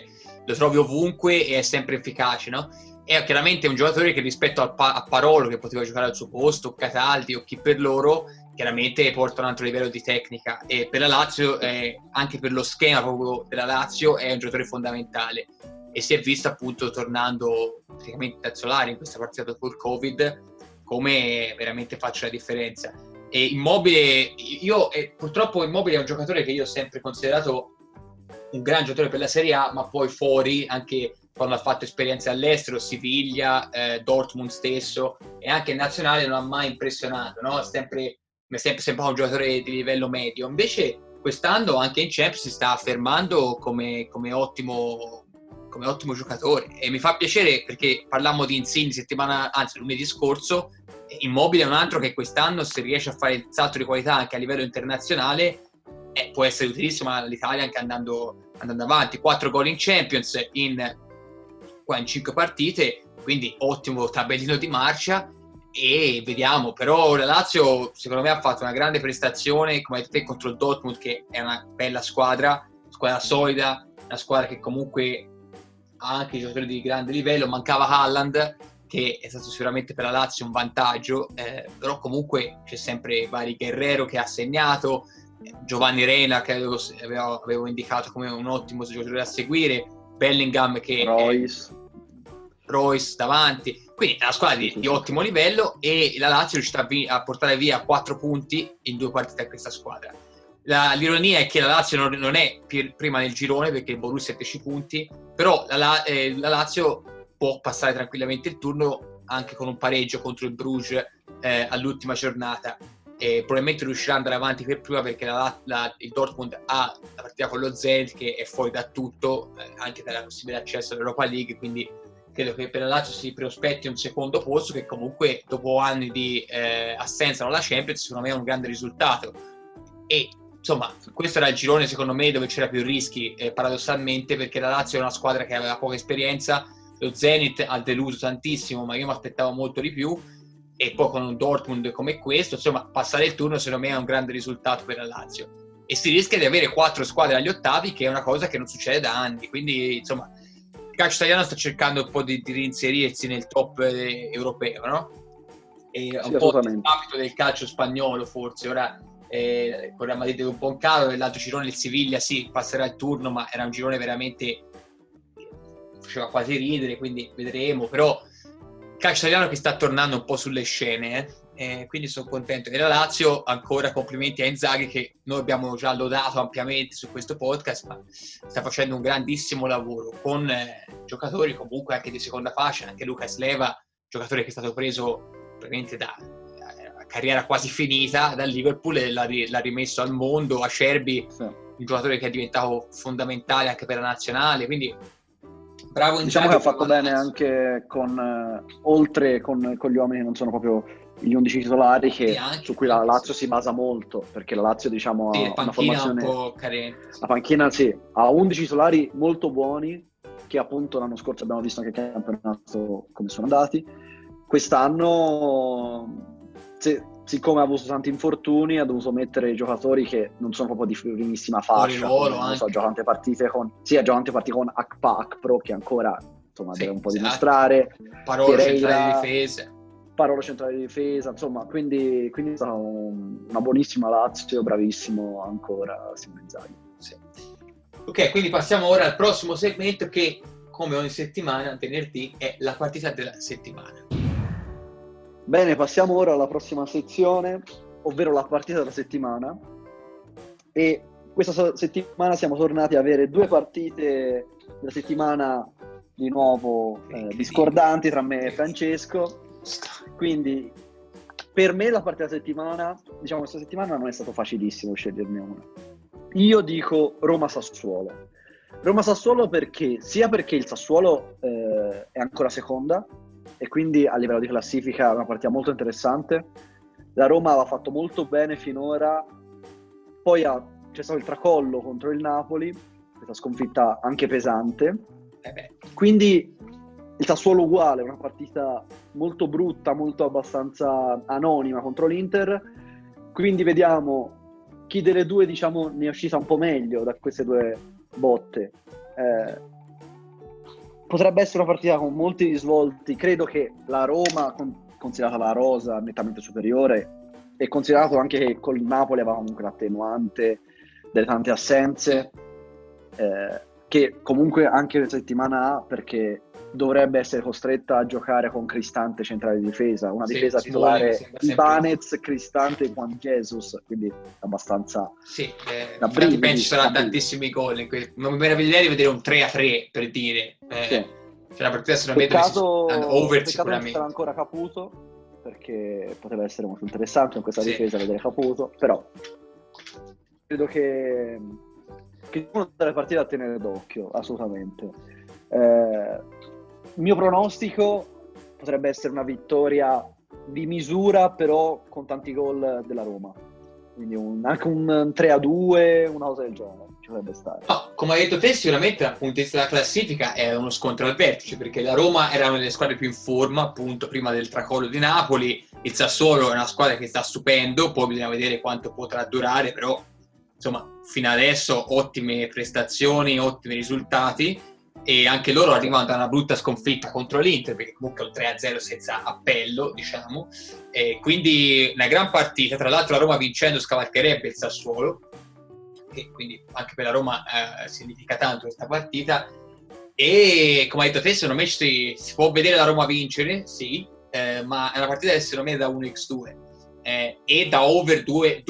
lo trovi ovunque e è sempre efficace, no? È chiaramente un giocatore che rispetto a Parolo, che poteva giocare al suo posto, Cataldi o chi per loro, chiaramente porta un altro livello di tecnica, e per la Lazio, anche per lo schema proprio della Lazio, è un giocatore fondamentale e si è visto appunto tornando praticamente titolare in questa partita dopo il Covid, come veramente faccia la differenza. E Immobile, purtroppo Immobile è un giocatore che io ho sempre considerato un gran giocatore per la Serie A, ma poi fuori, anche quando ha fatto esperienze all'estero, Siviglia, Dortmund stesso, e anche in nazionale non ha mai impressionato, no? Mi è sempre sembrato un giocatore di livello medio. Invece quest'anno anche in Champions si sta affermando come ottimo giocatore, e mi fa piacere perché parlammo di Insigne lunedì scorso. Immobile è un altro che quest'anno, se riesce a fare il salto di qualità anche a livello internazionale, può essere utilissimo all'Italia anche andando avanti. 4 gol in Champions in 5 partite, quindi ottimo tabellino di marcia. E vediamo, però la Lazio secondo me ha fatto una grande prestazione, come hai detto te, contro il Dortmund, che è una bella squadra solida, una squadra che comunque ha anche giocatori di grande livello. Mancava Haaland, che è stato sicuramente per la Lazio un vantaggio, però comunque c'è sempre vari Guerrero che ha segnato, Giovanni Reina che avevo indicato come un ottimo giocatore da seguire, Bellingham che Royce davanti, quindi è una squadra di ottimo livello, e la Lazio è riuscita a portare via 4 punti in 2 partite a questa squadra. L'ironia è che la Lazio non è prima nel girone, perché il Borussia ha 10 punti, però la Lazio può passare tranquillamente il turno anche con un pareggio contro il Bruges all'ultima giornata, e probabilmente riuscirà ad andare avanti per prima, perché il Dortmund ha la partita con lo Zenit che è fuori da tutto, anche dalla possibile accesso all'Europa League, quindi credo che per la Lazio si prospetti un secondo posto, che comunque dopo anni di assenza dalla Champions secondo me è un grande risultato. E insomma questo era il girone secondo me dove c'era più rischi, paradossalmente, perché la Lazio è una squadra che aveva poca esperienza, lo Zenit ha deluso tantissimo, ma io mi aspettavo molto di più, e poi con un Dortmund come questo, insomma, passare il turno secondo me è un grande risultato per la Lazio, e si rischia di avere 4 squadre agli ottavi, che è una cosa che non succede da anni. Quindi insomma il calcio italiano sta cercando un po' di reinserirsi nel top europeo, no? E Sì, un po' il capito del calcio spagnolo forse. Ora con Real Madrid è un po' un calo, nell'altro girone il Siviglia sì, passerà il turno, ma era un girone veramente faceva quasi ridere, quindi vedremo. Però il calcio italiano che sta tornando un po' sulle scene, quindi sono contento. E la Lazio, ancora complimenti a Inzaghi, che noi abbiamo già lodato ampiamente su questo podcast, ma sta facendo un grandissimo lavoro con giocatori comunque anche di seconda fascia, anche Lucas Leiva, giocatore che è stato preso veramente da carriera quasi finita dal Liverpool, e l'ha rimesso al mondo. Acerbi, sì, un giocatore che è diventato fondamentale anche per la nazionale, quindi bravo. Diciamo che ha fatto bene anche oltre con gli uomini che non sono proprio gli 11 titolari, che anche, su cui la Lazio si basa molto, perché la Lazio diciamo sì, ha una formazione un po' carente. La panchina sì, ha 11 titolari molto buoni, che appunto l'anno scorso abbiamo visto anche il campionato come sono andati. Quest'anno, siccome ha avuto tanti infortuni, ha dovuto mettere giocatori che non sono proprio di primissima fascia, non so, giocano tante partite con Akpro, che ancora insomma deve un po' dimostrare, Parolo centrale di difesa, Parolo centrale di difesa, insomma, quindi è stata una buonissima Lazio, bravissimo ancora Simone Inzaghi. Sì. Ok, quindi passiamo ora al prossimo segmento, che come ogni settimana, venerdì, è la partita della settimana. Bene, passiamo ora alla prossima sezione, ovvero la partita della settimana. E questa settimana siamo tornati a avere 2 partite della settimana di nuovo discordanti tra me e Francesco. Quindi per me la partita della settimana, diciamo questa settimana non è stato facilissimo sceglierne una. Io dico Roma-Sassuolo. Roma-Sassuolo perché il Sassuolo è ancora seconda, e quindi a livello di classifica è una partita molto interessante. La Roma aveva fatto molto bene finora, poi c'è stato il tracollo contro il Napoli, questa sconfitta anche pesante, quindi il Sassuolo uguale, una partita molto brutta, molto abbastanza anonima contro l'Inter, quindi vediamo chi delle due diciamo ne è uscita un po' meglio da queste 2 botte. Potrebbe essere una partita con molti risvolti. Credo che la Roma, considerata la rosa nettamente superiore, e considerato anche che col Napoli aveva comunque l'attenuante delle tante assenze, che comunque anche la settimana ha, perché dovrebbe essere costretta a giocare con Cristante centrale di difesa, una difesa titolare Ibanez, Cristante e Juan Jesus, quindi abbastanza penso ci saranno tantissimi gol non mi meraviglierei di vedere un 3-3, per dire. Cioè la partita peccato over sicuramente. Sarà ancora Caputo, perché poteva essere molto interessante con questa difesa vedere Caputo, però credo che una delle partite da tenere d'occhio, assolutamente. Il mio pronostico potrebbe essere una vittoria di misura, però con tanti gol della Roma, quindi anche un 3-2, una cosa del genere ci potrebbe stare. No, come hai detto te, sicuramente dal punto di vista della classifica è uno scontro al vertice, perché la Roma era una delle squadre più in forma appunto prima del tracollo di Napoli, il Sassuolo è una squadra che sta stupendo, poi bisogna vedere quanto potrà durare, però insomma fino adesso ottime prestazioni, ottimi risultati, e anche loro arrivano da una brutta sconfitta contro l'Inter, perché comunque è un 3-0 senza appello, diciamo, e quindi una gran partita. Tra l'altro la Roma vincendo scavalcherebbe il Sassuolo, e quindi anche per la Roma significa tanto questa partita. E come hai detto te, secondo me si può vedere la Roma vincere, sì, ma è una partita secondo me da 1x2 e da over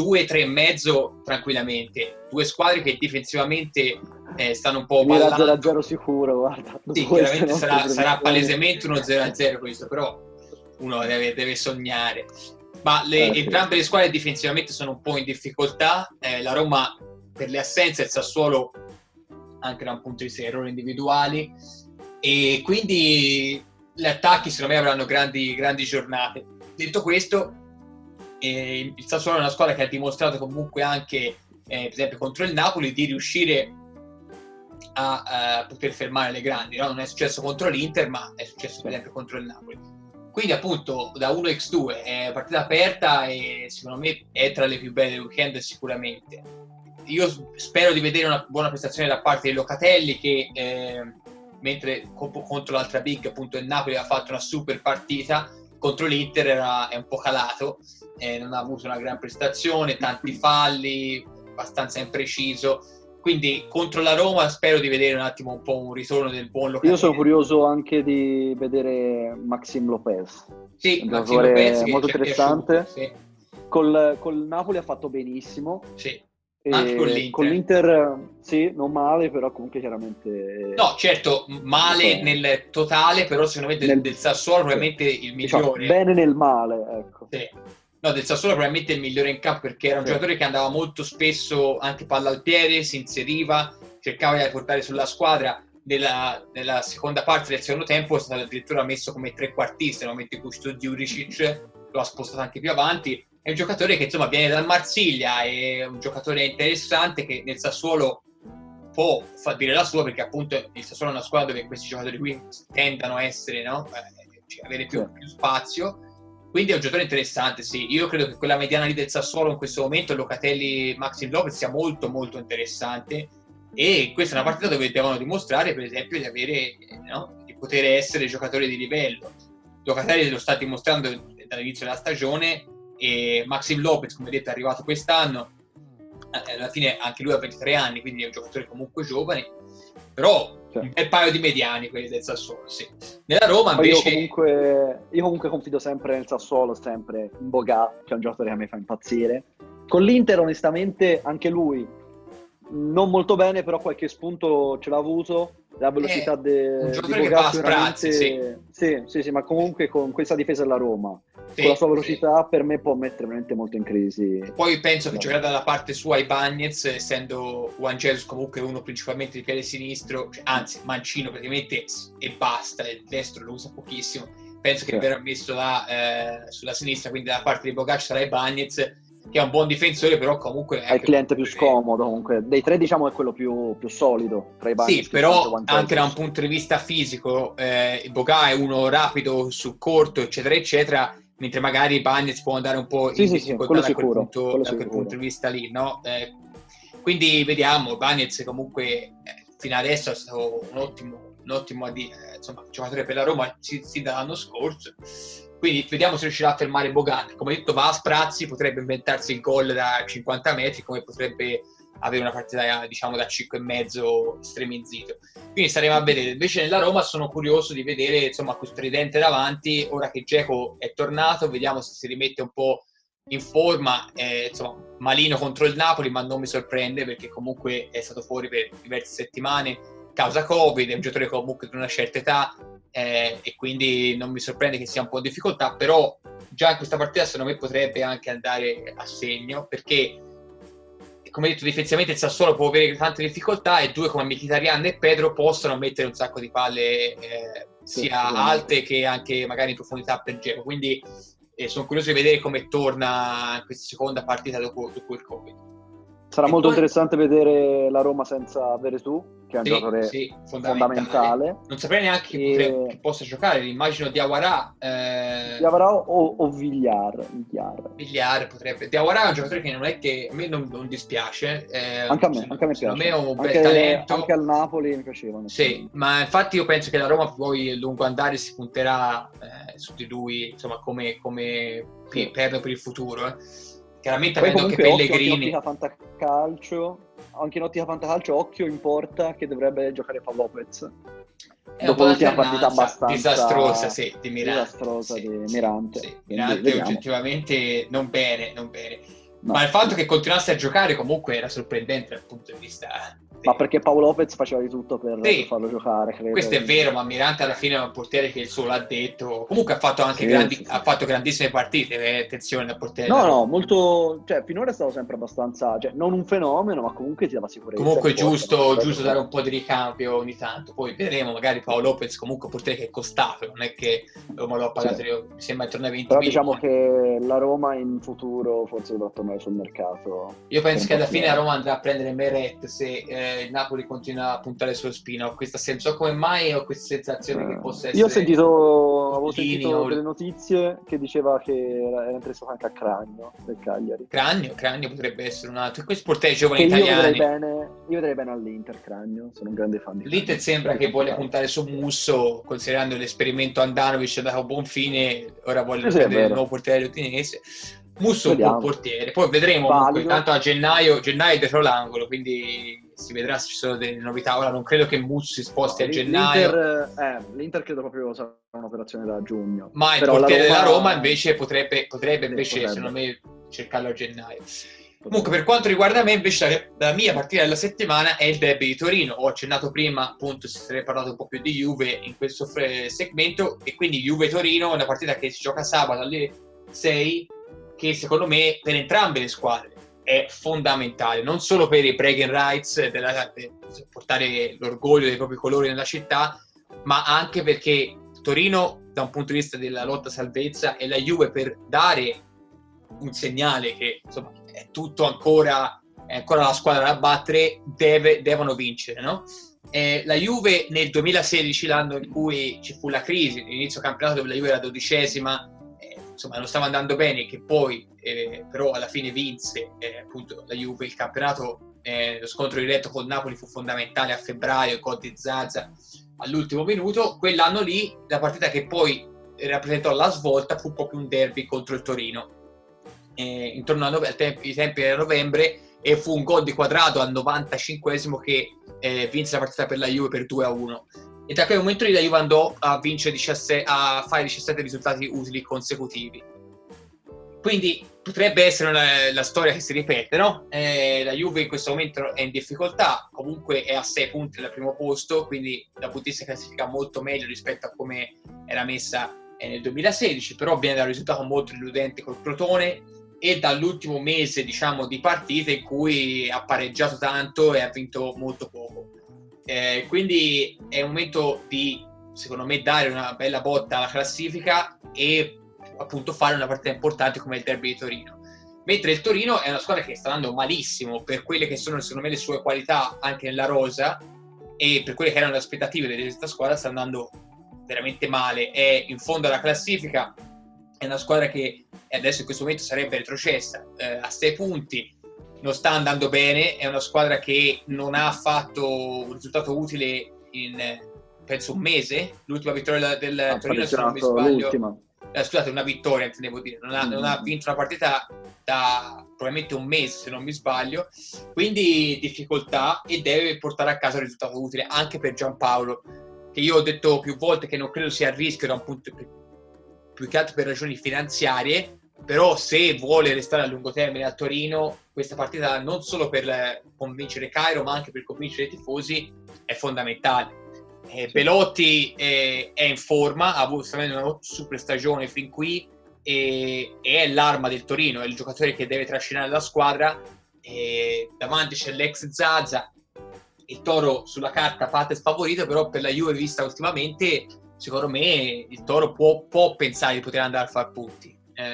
2-3,5 tranquillamente. 2 squadre che difensivamente stanno un po' ballando. 0-0 sicuro, guarda. Sì, chiaramente sarà palesemente uno 0-0 questo, però uno deve sognare. Ma entrambe le squadre difensivamente sono un po' in difficoltà. La Roma per le assenze, il Sassuolo anche da un punto di vista di errori individuali, e quindi gli attacchi secondo me avranno grandi giornate. Detto questo, il Sassuolo è una squadra che ha dimostrato comunque anche per esempio contro il Napoli di riuscire a poter fermare le grandi, no? Non è successo contro l'Inter, ma è successo per esempio contro il Napoli. Quindi appunto da 1x2 è partita aperta e secondo me è tra le più belle del weekend sicuramente. Io spero di vedere una buona prestazione da parte di Locatelli che mentre contro l'altra big appunto il Napoli ha fatto una super partita, contro l'Inter è un po' calato, non ha avuto una gran prestazione, tanti falli, abbastanza impreciso. Quindi contro la Roma spero di vedere un attimo un po' un ritorno del buon Locatelli. Io sono curioso anche di vedere Maxim Lopez. Sì, Maxim Lopez molto interessante. Piaciuto, sì. Col Napoli ha fatto benissimo. Sì. Anche con l'Inter sì, non male, però comunque chiaramente no, certo, male nel totale, però secondo me del Sassuolo probabilmente il migliore. Bene nel male, ecco. Sì. No, del Sassuolo probabilmente il migliore in campo, perché era un giocatore che andava molto spesso anche palla al piede, si inseriva, cercava di portare sulla squadra. Nella seconda parte del secondo tempo è stato addirittura messo come trequartista nel momento in cui Juricic lo ha spostato anche più avanti. È un giocatore che insomma viene dal Marsiglia, è un giocatore interessante che nel Sassuolo può far dire la sua, perché appunto il Sassuolo è una squadra dove questi giocatori qui tendano a essere, no? Avere più spazio. Quindi è un giocatore interessante, sì. Io credo che quella mediana lì del Sassuolo in questo momento, Locatelli, Maxim Lopez, sia molto molto interessante, e questa è una partita dove devono dimostrare per esempio di avere, di poter essere giocatori di livello. Locatelli lo sta dimostrando dall'inizio della stagione, e Maxim Lopez, come detto, è arrivato quest'anno, alla fine anche lui ha 23 anni, quindi è un giocatore comunque giovane, però un bel paio di mediani quelli del Sassuolo, sì. Nella Roma invece io comunque confido sempre nel Sassuolo, sempre in Boga, che è un giocatore che a me fa impazzire. Con l'Inter onestamente anche lui non molto bene, però qualche spunto ce l'ha avuto. La velocità di giocatore che Boga fa a sprazzi, sì, ma comunque con questa difesa della Roma, sì, con la sua velocità, per me può mettere veramente molto in crisi. Poi penso che giocherà dalla parte sua Ibañez, essendo Juan Jesus comunque uno principalmente di piede sinistro, anzi mancino praticamente e basta, il destro lo usa pochissimo. Penso che verrà messo là sulla sinistra, quindi dalla parte di Boga sarà Ibañez, che è un buon difensore, però comunque è il cliente più scomodo comunque dei tre, diciamo è quello più solido tra i Ibañez. Sì, però anche da un punto di vista fisico Boga è uno rapido sul corto, eccetera eccetera, mentre magari Ibañez può andare un po' in difficoltà da quel punto di vista lì, no? Quindi vediamo. Ibañez comunque fino adesso è stato un ottimo giocatore per la Roma sin dall'anno scorso. Quindi vediamo se riuscirà a fermare Boga. Come detto, va a sprazzi, potrebbe inventarsi il gol da 50 metri, come potrebbe avere una partita diciamo da 5,5 estremizzito. Quindi staremo a vedere. Invece nella Roma sono curioso di vedere insomma questo tridente davanti, ora che Dzeko è tornato, vediamo se si rimette un po' in forma. Insomma, malino contro il Napoli, ma non mi sorprende perché comunque è stato fuori per diverse settimane causa Covid, è un giocatore comunque di una certa età, e quindi non mi sorprende che sia un po' in difficoltà, però già in questa partita secondo me potrebbe anche andare a segno, perché come detto difensivamente il Sassuolo può avere tante difficoltà, e due come Mkhitaryan e Pedro possono mettere un sacco di palle sia alte che anche magari in profondità per Dzeko, quindi sono curioso di vedere come torna in questa seconda partita dopo il Covid. Sarà molto interessante vedere la Roma senza Veretout, che è un giocatore fondamentale. Non saprei neanche che possa giocare, immagino Diawara o Villar potrebbe. Diawara è un giocatore che non è che a me non dispiace, anche a me piace. A me è un bel talento, anche al Napoli mi piacevano. Sì, ma infatti io penso che la Roma poi a lungo andare si punterà su di lui, insomma, come perno per il futuro. Chiaramente avendo anche Pellegrini. Anche in ottica fantacalcio, occhio in porta che dovrebbe giocare Paolo Lopez. Dopo l'ultima partita abbastanza disastrosa, di Mirante. Sì. Mirante oggettivamente non bene. No. Ma il fatto che continuasse a giocare comunque era sorprendente dal punto di vista. Ma perché Paolo Lopez faceva di tutto per farlo giocare, credo. Questo è vero, ma Mirante alla fine è un portiere che il suo l'ha detto. Comunque ha fatto anche ha fatto grandissime partite, attenzione da portiere. No, molto, finora è stato sempre abbastanza, non un fenomeno, ma comunque ti dava sicurezza. Comunque giusto dare un po' di ricambio ogni tanto. Poi vedremo, magari Paolo Lopez comunque un portiere che è costato, non è che Roma lo ha pagato, mi sembra intorno ai 20 però milioni. Diciamo che la Roma in futuro forse dovrà tornare sul mercato. Io penso che alla fine la Roma andrà a prendere Meret se il Napoli continua a puntare sullo Spina? Ho questa so come mai ho questa sensazione che possa essere... Io avevo Lini sentito o- delle notizie che diceva che era interessato anche a Cragno del Cagliari. Cragno potrebbe essere un altro. Questi portieri giovani Che italiani. io vedrei bene all'Inter Cragno, sono un grande fan di Cragno. L'Inter sembra che voglia puntare su Musso, considerando l'esperimento Andanovic è andato a buon fine, ora vogliono Sì, è prendere il vero. nuovo portiere udinese. Musso è un Vediamo. buon portiere, poi vedremo Valido. comunque, tanto a gennaio è dietro l'angolo, quindi si vedrà se ci sono delle novità. Ora non credo che Musso si sposti a gennaio. L'Inter credo proprio sarà un'operazione da giugno. Ma il Però portiere della Roma invece potrebbe invece, potrebbe. secondo me, cercarlo a gennaio. Comunque, per quanto riguarda me, invece, la mia partita della settimana è il derby di Torino. Ho accennato prima, appunto, si sarebbe parlato un po' più di Juve in questo segmento, e quindi Juve-Torino è una partita che si gioca sabato alle 6, che secondo me per entrambe le squadre è fondamentale, non solo per i bragging rights, portare l'orgoglio dei propri colori nella città, ma anche perché Torino, da un punto di vista della lotta salvezza, e la Juve per dare un segnale che insomma è ancora la squadra da battere, devono vincere, no? La Juve nel 2016, l'anno in cui ci fu la crisi, l'inizio campionato dove la Juve era 12ª, insomma non stava andando bene, che poi però alla fine vinse appunto la Juve il campionato. Lo scontro diretto col Napoli fu fondamentale a febbraio, il gol di Zaza all'ultimo minuto. Quell'anno lì la partita che poi rappresentò la svolta fu proprio un derby contro il Torino, intorno ai tempi di novembre, e fu un gol di Quadrato al 95esimo che vinse la partita per la Juve per 2-1, e da quel momento lì la Juve andò a vincere a fare 17 risultati utili consecutivi. Quindi potrebbe essere la storia che si ripete, no? La Juve in questo momento è in difficoltà, comunque è a 6 punti dal primo posto, quindi dal punto di vista classifica molto meglio rispetto a come era messa nel 2016, però viene da un risultato molto deludente col Crotone e dall'ultimo mese, diciamo, di partite in cui ha pareggiato tanto e ha vinto molto poco. Quindi è un momento di, secondo me, dare una bella botta alla classifica e appunto fare una partita importante come il derby di Torino. Mentre il Torino è una squadra che sta andando malissimo per quelle che sono, secondo me, le sue qualità anche nella rosa, e per quelle che erano le aspettative di questa squadra sta andando veramente male. È in fondo alla classifica, è una squadra che adesso in questo momento sarebbe retrocessa a 6 punti, non sta andando bene, è una squadra che non ha fatto un risultato utile in penso un mese. L'ultima vittoria del Torino, se non mi sbaglio, scusate, una vittoria intendevo dire, non ha vinto una partita da probabilmente un mese, se non mi sbaglio, quindi difficoltà, e deve portare a casa un risultato utile anche per Giampaolo, che io ho detto più volte che non credo sia a rischio da un punto più che altro per ragioni finanziarie, però se vuole restare a lungo termine a Torino, questa partita non solo per convincere Cairo ma anche per convincere i tifosi è fondamentale. Belotti è in forma, ha avuto una super stagione fin qui, e è l'arma del Torino, è il giocatore che deve trascinare la squadra, davanti c'è l'ex Zaza. Il Toro sulla carta parte sfavorito, però per la Juve vista ultimamente, secondo me il Toro può pensare di poter andare a far punti.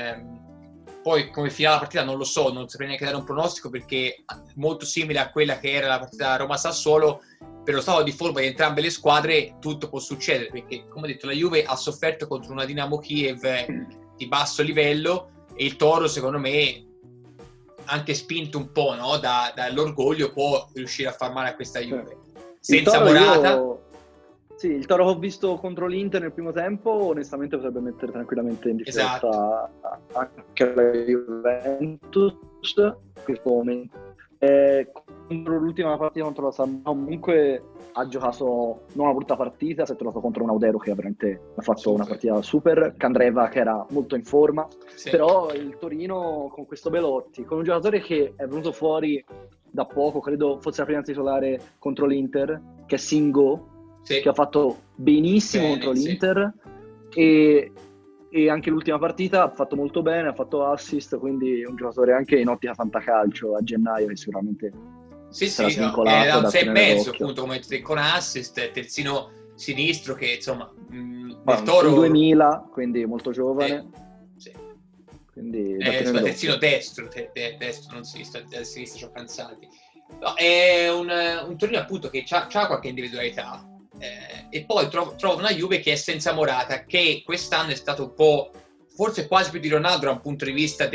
Poi come finirà la partita non lo so, non saprei neanche dare un pronostico, perché è molto simile a quella che era la partita Roma-Sassuolo. Per lo stato di forma di entrambe le squadre tutto può succedere, perché come ho detto la Juve ha sofferto contro una Dinamo Kiev di basso livello, e il Toro secondo me, anche spinto un po', no, dall'orgoglio, può riuscire a far male a questa Juve. Senza Morata. Sì, il Toro che ho visto contro l'Inter nel primo tempo onestamente potrebbe mettere tranquillamente in difficoltà anche la Juventus in questo momento. Contro l'ultima partita contro la Sampdoria comunque ha giocato non una brutta partita, si è trovato contro un Audero che veramente ha fatto una partita super, Candreva che era molto in forma, sì. Però il Torino con questo Belotti, con un giocatore che è venuto fuori da poco, credo fosse la prima titolare contro l'Inter, che è Singo, sì. Che ha fatto benissimo contro l'Inter, sì. E anche l'ultima partita ha fatto molto bene, ha fatto assist, quindi un giocatore anche in ottica fantacalcio a gennaio che sicuramente sarà svincolato da un da 6,5 appunto, come con assist, terzino sinistro che insomma del Toro 2000, quindi molto giovane, sì. Quindi terzino destro non sinistro, a sinistra ci ho cansati. No, è un Torino appunto che c'ha qualche individualità, e poi trovo una Juve che è senza Morata, che quest'anno è stato un po', forse quasi più di Ronaldo da un punto di vista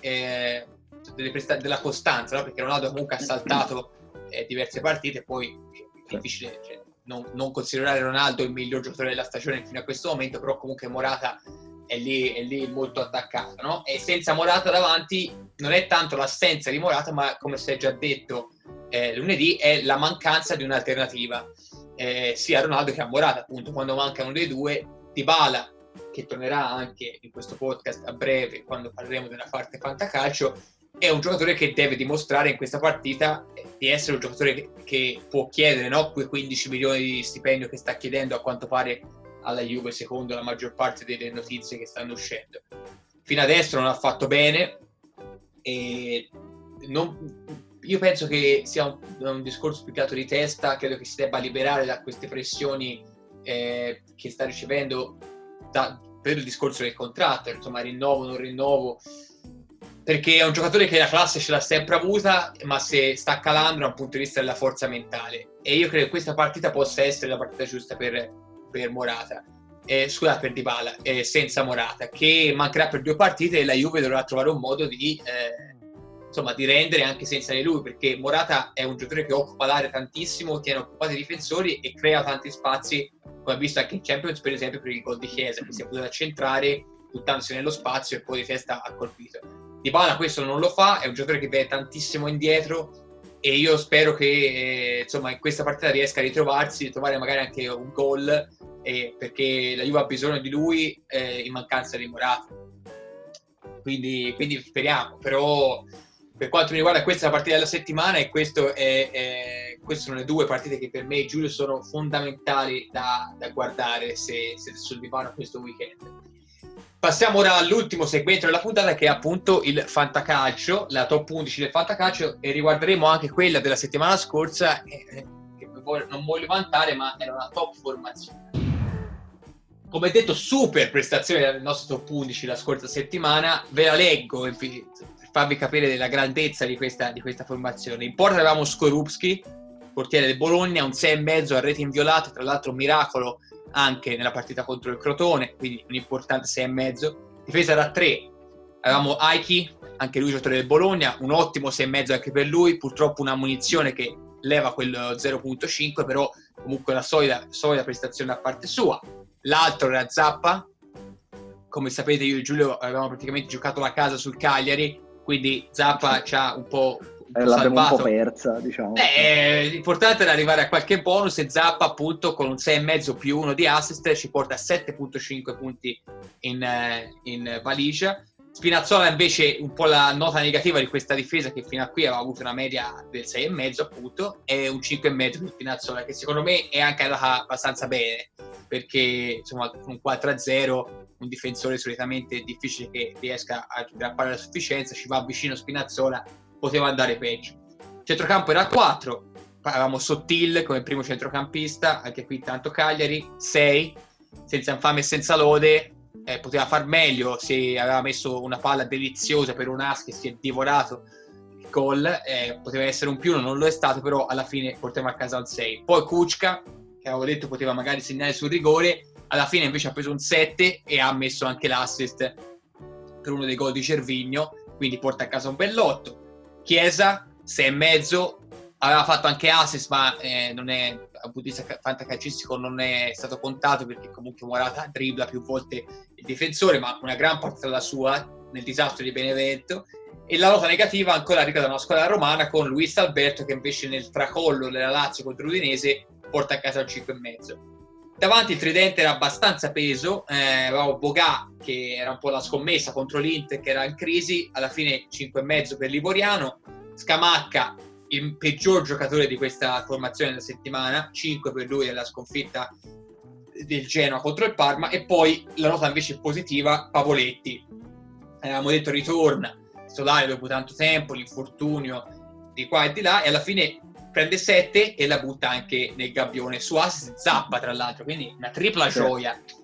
della costanza, no? Perché Ronaldo comunque ha saltato diverse partite, poi è difficile, cioè, non considerare Ronaldo il miglior giocatore della stagione fino a questo momento, però comunque Morata è lì molto attaccato, no? E senza Morata davanti non è tanto l'assenza di Morata, ma come si è già detto lunedì, è la mancanza di un'alternativa, sia a Ronaldo che a Morata, appunto. Quando mancano dei due, Dybala, che tornerà anche in questo podcast a breve quando parleremo della parte fantacalcio, è un giocatore che deve dimostrare in questa partita di essere un giocatore che può chiedere, no, quei 15 milioni di stipendio che sta chiedendo a quanto pare alla Juve, secondo la maggior parte delle notizie che stanno uscendo. Fino adesso non ha fatto bene, e io penso che sia un discorso più che altro di testa. Credo che si debba liberare da queste pressioni che sta ricevendo per il discorso del contratto, insomma, rinnovo, non rinnovo, perché è un giocatore che la classe ce l'ha sempre avuta, ma se sta calando da un punto di vista della forza mentale, e io credo che questa partita possa essere la partita giusta per Morata, per Dybala, senza Morata, che mancherà per 2 partite, e la Juve dovrà trovare un modo di rendere anche senza di lui, perché Morata è un giocatore che occupa l'area tantissimo, tiene occupati i difensori e crea tanti spazi, come ha visto anche in Champions, per esempio per il gol di Chiesa, che si è potuto accentrare buttandosi nello spazio e poi di testa ha colpito. Dybala questo non lo fa, è un giocatore che viene tantissimo indietro, e io spero che in questa partita riesca a ritrovarsi, trovare magari anche un gol, perché la Juve ha bisogno di lui in mancanza di Morata, quindi speriamo. Però per quanto mi riguarda questa è la partita della settimana, e queste sono le 2 partite che per me, Giulio, sono fondamentali da guardare se sul divano questo weekend. Passiamo ora all'ultimo segmento della puntata, che è appunto il fantacalcio, la top 11 del fantacalcio, e riguarderemo anche quella della settimana scorsa, che non voglio vantare, ma era una top formazione. Come detto, super prestazione del nostro top 11 la scorsa settimana. Ve la leggo per farvi capire la grandezza di questa formazione. In porta avevamo Skorupski, portiere del Bologna, un 6,5 a rete inviolate, tra l'altro un miracolo anche nella partita contro il Crotone, quindi un importante 6,5. Difesa da 3 avevamo Aiki, anche lui giocatore del Bologna, un ottimo 6,5 anche per lui, purtroppo una munizione che leva quel 0,5, però comunque la solida prestazione a parte sua. L'altro era Zappa, come sapete io e Giulio avevamo praticamente giocato la casa sul Cagliari, quindi Zappa ci ha un po' l'abbiamo salvato. Un po' persa, diciamo. L'importante era arrivare a qualche bonus, e Zappa appunto con un 6,5 più 1 di assist ci porta a 7,5 punti in valigia. Spinazzola invece un po' la nota negativa di questa difesa, che fino a qui aveva avuto una media del 6,5 appunto, e un 5,5 per Spinazzola, che secondo me è anche andata abbastanza bene, perché insomma con un 4-0 un difensore solitamente è difficile che riesca a aggrappare la sufficienza, ci va vicino Spinazzola, poteva andare peggio. Centrocampo era 4, avevamo Sottil come primo centrocampista, anche qui tanto Cagliari, 6, senza infame e senza lode, poteva far meglio se aveva messo una palla deliziosa per un as che si è divorato il gol, poteva essere un più, non lo è stato, però alla fine portiamo a casa un 6. Poi Kučka, che avevo detto poteva magari segnare sul rigore, alla fine invece ha preso un 7 e ha messo anche l'assist per uno dei gol di Cervigno, quindi porta a casa un bell'otto. Chiesa 6,5, aveva fatto anche assist, ma non è, dal punto di vista fantacalcistico non è stato contato, perché comunque Morata dribbla più volte il difensore, ma una gran parte della sua nel disastro di Benevento. E la nota negativa ancora arriva da una squadra romana, con Luis Alberto, che invece nel tracollo della Lazio contro l'Udinese porta a casa un 5,5. Davanti il tridente era abbastanza peso, avevamo Bogà, che era un po' la scommessa contro l'Inter, che era in crisi, alla fine 5,5 per l'Ivoriano. Scamacca, il peggior giocatore di questa formazione della settimana, 5 per lui nella sconfitta del Genoa contro il Parma. E poi la nota invece positiva, Pavoletti, avevamo detto ritorna Solari dopo tanto tempo, l'infortunio di qua e di là, e alla fine prende 7 e la butta anche nel gabbione su assist Zappa, tra l'altro, quindi una tripla gioia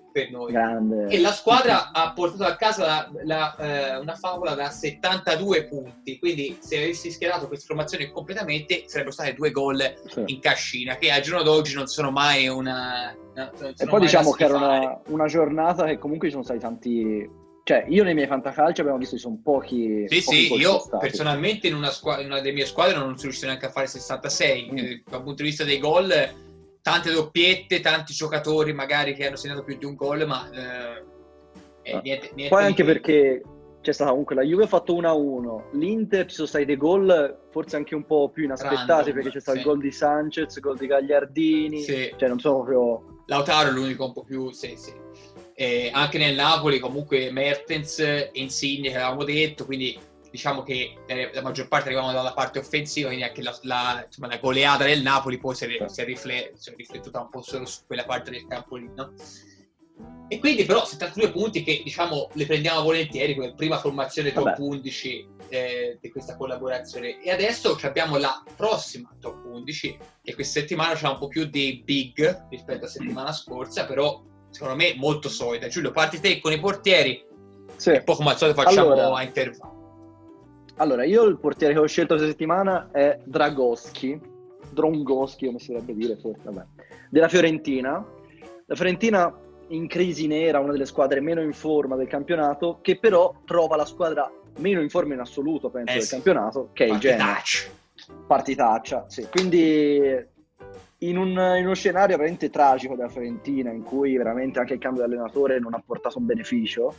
per noi. Grande. E la squadra ha portato a casa una favola da 72 punti, quindi se avessi schierato questa formazione completamente sarebbero stati 2 gol in cascina, che al giorno d'oggi non sono mai e poi diciamo che era una giornata che comunque ci sono stati tanti, cioè io nei miei fantacalci abbiamo visto che sono pochi. Sì, io personalmente in una delle mie squadre non sono riuscito neanche a fare 66. Dal punto di vista dei gol, tante doppiette, tanti giocatori magari che hanno segnato più di un gol, ma niente. Poi anche perché c'è stata comunque la Juve ha fatto 1-1, l'Inter ci sono stati dei gol forse anche un po' più inaspettati, random, perché c'è stato il gol di Sanchez, il gol di Gagliardini, cioè non sono proprio... Lautaro è l'unico un po' più... Sì. Anche nel Napoli comunque Mertens e Insigne che avevamo detto, quindi diciamo che la maggior parte arrivavano dalla parte offensiva, quindi anche la goleata del Napoli poi si è riflettuta un po' solo su quella parte del campo lì, no? E quindi però 72 punti che diciamo le prendiamo volentieri come prima formazione top 11 di questa collaborazione. E adesso abbiamo la prossima top 11 che questa settimana c'ha un po' più di big rispetto alla settimana scorsa, però secondo me molto solida. Giulio, parti te con i portieri e poi come al solito facciamo a intervallo. Allora, io il portiere che ho scelto questa settimana è Dragoschi, come si dovrebbe dire, forse, della Fiorentina. La Fiorentina in crisi nera, una delle squadre meno in forma del campionato, che però trova la squadra meno in forma in assoluto, penso, del campionato, che è il Genoa. Partitaccia, sì. Quindi in uno scenario veramente tragico della Fiorentina, in cui veramente anche il cambio di allenatore non ha portato un beneficio,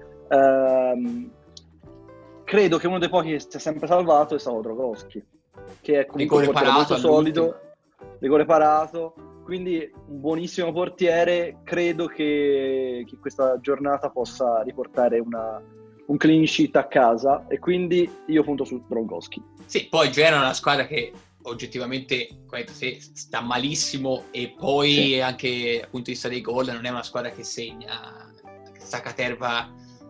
credo che uno dei pochi che si è sempre salvato è stato Dragoschi, che è comunque un portiere molto solido, rigore parato, quindi un buonissimo portiere. Credo che questa giornata possa riportare un clean sheet a casa, e quindi io punto su Dragoschi. Sì, poi Genoa è una squadra che oggettivamente, come detto, sta malissimo, e poi anche dal punto di vista dei gol non è una squadra che segna saccaterva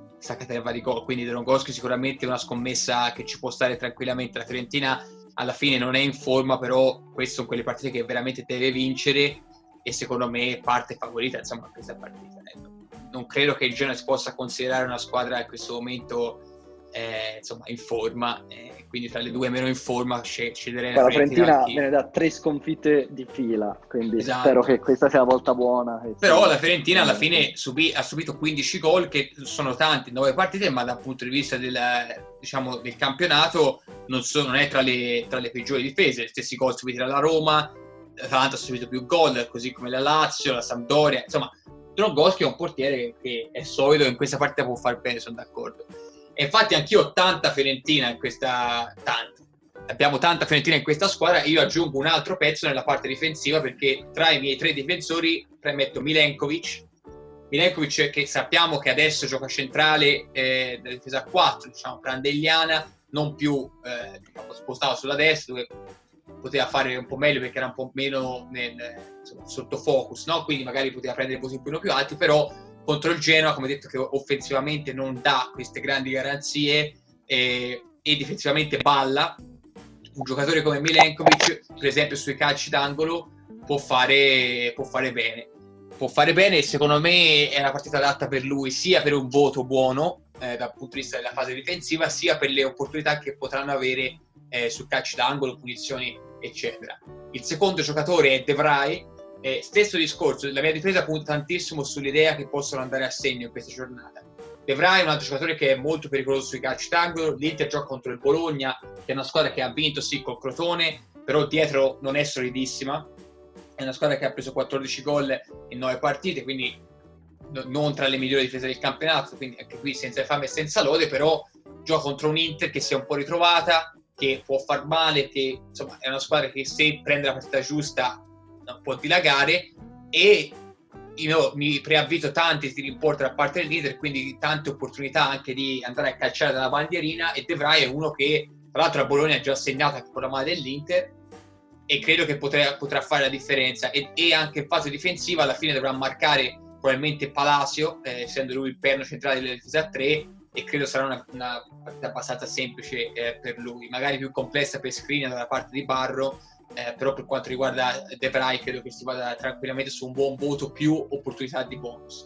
di gol, quindi Dragoschi sicuramente è una scommessa che ci può stare tranquillamente. La Fiorentina alla fine non è in forma, però queste sono quelle partite che veramente deve vincere, e secondo me parte favorita insomma questa partita. Non credo che il Genoa si possa considerare una squadra in questo momento insomma in forma, quindi tra le due meno in forma sceglierei la Fiorentina viene da 3 sconfitte di fila, quindi spero che questa sia la volta buona. Però la Fiorentina alla fine ha subito 15 gol, che sono tanti in 9 partite, ma dal punto di vista del campionato non è tra le peggiori difese. Gli stessi gol subiti dalla Roma, l'Atalanta ha subito più gol, così come la Lazio, la Sampdoria. Insomma, Dragoschi è un portiere che è solido, in questa partita può far bene, sono d'accordo. E infatti anch'io ho tanta Fiorentina in questa... Abbiamo tanta Fiorentina in questa squadra. Io aggiungo un altro pezzo nella parte difensiva, perché tra i miei 3 difensori premetto Milenkovic, che sappiamo che adesso gioca centrale della difesa 4, diciamo prandelliana, non più spostato sulla destra, dove poteva fare un po' meglio perché era un po' meno sotto focus, no? Quindi magari poteva prendere posizioni un po' più alti, però contro il Genoa, come detto, che offensivamente non dà queste grandi garanzie e difensivamente balla. Un giocatore come Milenkovic, per esempio sui calci d'angolo, può fare bene, e secondo me è una partita adatta per lui, sia per un voto buono dal punto di vista della fase difensiva, sia per le opportunità che potranno avere sui calci d'angolo, punizioni eccetera. Il secondo giocatore è De Vrij. Stesso discorso, la mia difesa punta tantissimo sull'idea che possono andare a segno in questa giornata. De Vrij è un altro giocatore che è molto pericoloso sui calci d'angolo. L'Inter gioca contro il Bologna, che è una squadra che ha vinto sì col Crotone, però dietro non è solidissima. È una squadra che ha preso 14 gol in 9 partite, quindi non tra le migliori difese del campionato, quindi anche qui senza fame e senza lode, però gioca contro un Inter che si è un po' ritrovata, che può far male, che insomma è una squadra che se prende la partita giusta non può dilagare, e io mi preavvito tanti tiri in porta da parte dell'Inter, quindi tante opportunità anche di andare a calciare dalla bandierina, e De Vrij è uno che tra l'altro a Bologna ha già segnato anche con la maglia dell'Inter, e credo che potrà fare la differenza, e anche in fase difensiva alla fine dovrà marcare probabilmente Palacio, essendo lui il perno centrale della difesa 3, e credo sarà una partita abbastanza semplice per lui, magari più complessa per Skriniar dalla parte di Barro, però per quanto riguarda De Vrij credo che si vada tranquillamente su un buon voto più opportunità di bonus.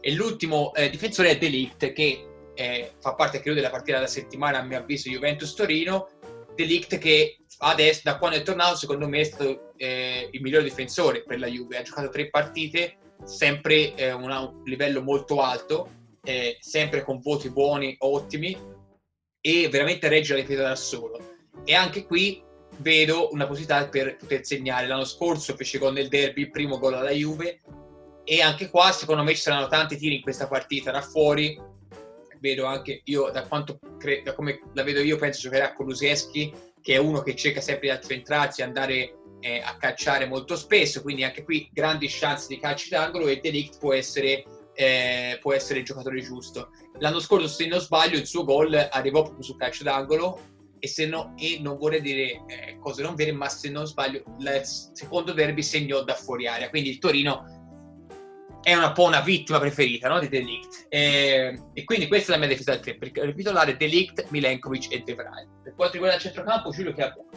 E l'ultimo difensore è De Ligt, che fa parte credo della partita della settimana, a mio avviso, Juventus-Torino. De Ligt che adesso, da quando è tornato, secondo me è stato il migliore difensore per la Juve. Ha giocato 3 partite, sempre un livello molto alto, sempre con voti buoni, ottimi, e veramente regge la difesa da solo. E anche qui vedo una possibilità per poter segnare. L'anno scorso fece gol nel derby, il primo gol alla Juve, e anche qua secondo me ci saranno tanti tiri in questa partita da fuori. Vedo anche io, da come la vedo io, penso giocherà con Kulusevski, che è uno che cerca sempre di accentrarsi, andare a calciare molto spesso, quindi anche qui grandi chance di calci d'angolo, e De Ligt può essere il giocatore giusto. L'anno scorso, se non sbaglio, il suo gol arrivò proprio sul calcio d'angolo, e non vorrei dire cose non vere, ma se non sbaglio il secondo derby segnò da fuori area, quindi il Torino è un po' una vittima preferita, no, di De Ligt, e quindi questa è la mia difesa del 3, perché ripetolare De Ligt, Milenkovic e De Vrij. Per quanto riguarda il centrocampo, Giulio, che abbiamo?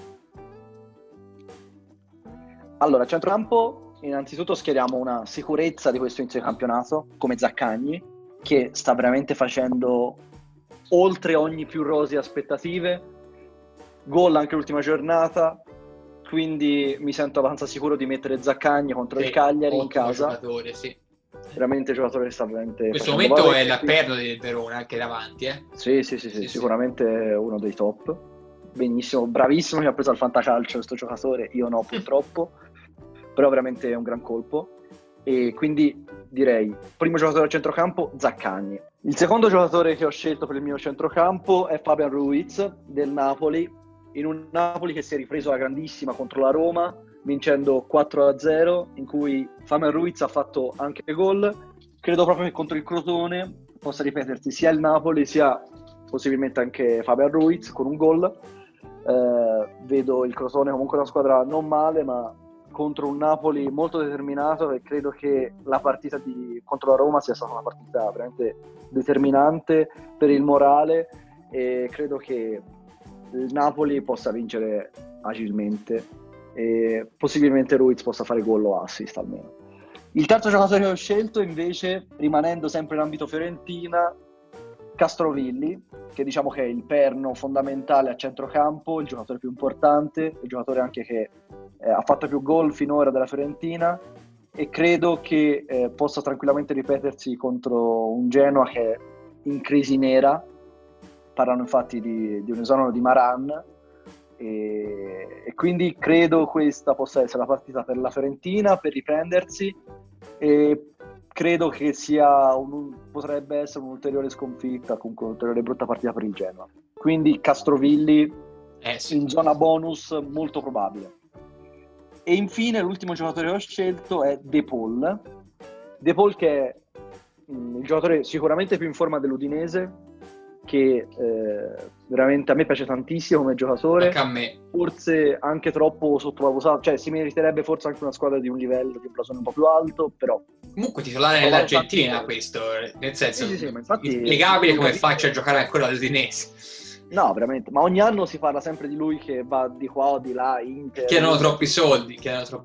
Allora, a centrocampo innanzitutto schieriamo una sicurezza di questo inizio di campionato come Zaccagni, che sta veramente facendo oltre ogni più rosee aspettative, gol anche l'ultima giornata, quindi mi sento abbastanza sicuro di mettere Zaccagni contro il Cagliari in casa. Giocatore, sì. Veramente giocatore che sta veramente in questo momento è la perla del Verona anche davanti, Sì, sicuramente uno dei top, benissimo, bravissimo, che ha preso al fantacalcio questo giocatore, io no purtroppo, però veramente è un gran colpo, e quindi direi primo giocatore al centrocampo Zaccagni. Il secondo giocatore che ho scelto per il mio centrocampo è Fabian Ruiz del Napoli, in un Napoli che si è ripreso alla grandissima contro la Roma, vincendo 4-0, in cui Fabian Ruiz ha fatto anche gol. Credo proprio che contro il Crotone possa ripetersi sia il Napoli sia possibilmente anche Fabian Ruiz con un gol. Vedo il Crotone comunque una squadra non male, ma contro un Napoli molto determinato, e credo che la partita contro la Roma sia stata una partita veramente determinante per il morale, e credo che il Napoli possa vincere agilmente e possibilmente Ruiz possa fare gol o assist almeno. Il terzo giocatore che ho scelto invece, rimanendo sempre in ambito Fiorentina, Castrovilli, che diciamo che è il perno fondamentale a centrocampo, il giocatore più importante, il giocatore anche che ha fatto più gol finora della Fiorentina, e credo che possa tranquillamente ripetersi contro un Genoa che è in crisi nera. Parlano infatti di un esonero di Maran, e quindi credo questa possa essere la partita per la Fiorentina per riprendersi, e credo che potrebbe essere un'ulteriore sconfitta, comunque un'ulteriore brutta partita per il Genoa. Quindi Castrovilli in zona bonus molto probabile. E infine l'ultimo giocatore che ho scelto è De Paul. De Paul, che è il giocatore sicuramente più in forma dell'Udinese, che veramente a me piace tantissimo come giocatore, anche a me. Forse anche troppo sottovalutato, cioè si meriterebbe forse anche una squadra di un livello di un blasone un po' più alto, però comunque titolare nell'Argentina, questo nel senso ma infatti inspiegabile come faccia a giocare ancora all'Udinese. No, veramente, ma ogni anno si parla sempre di lui che va di qua o di là, Inter. Che hanno troppi soldi.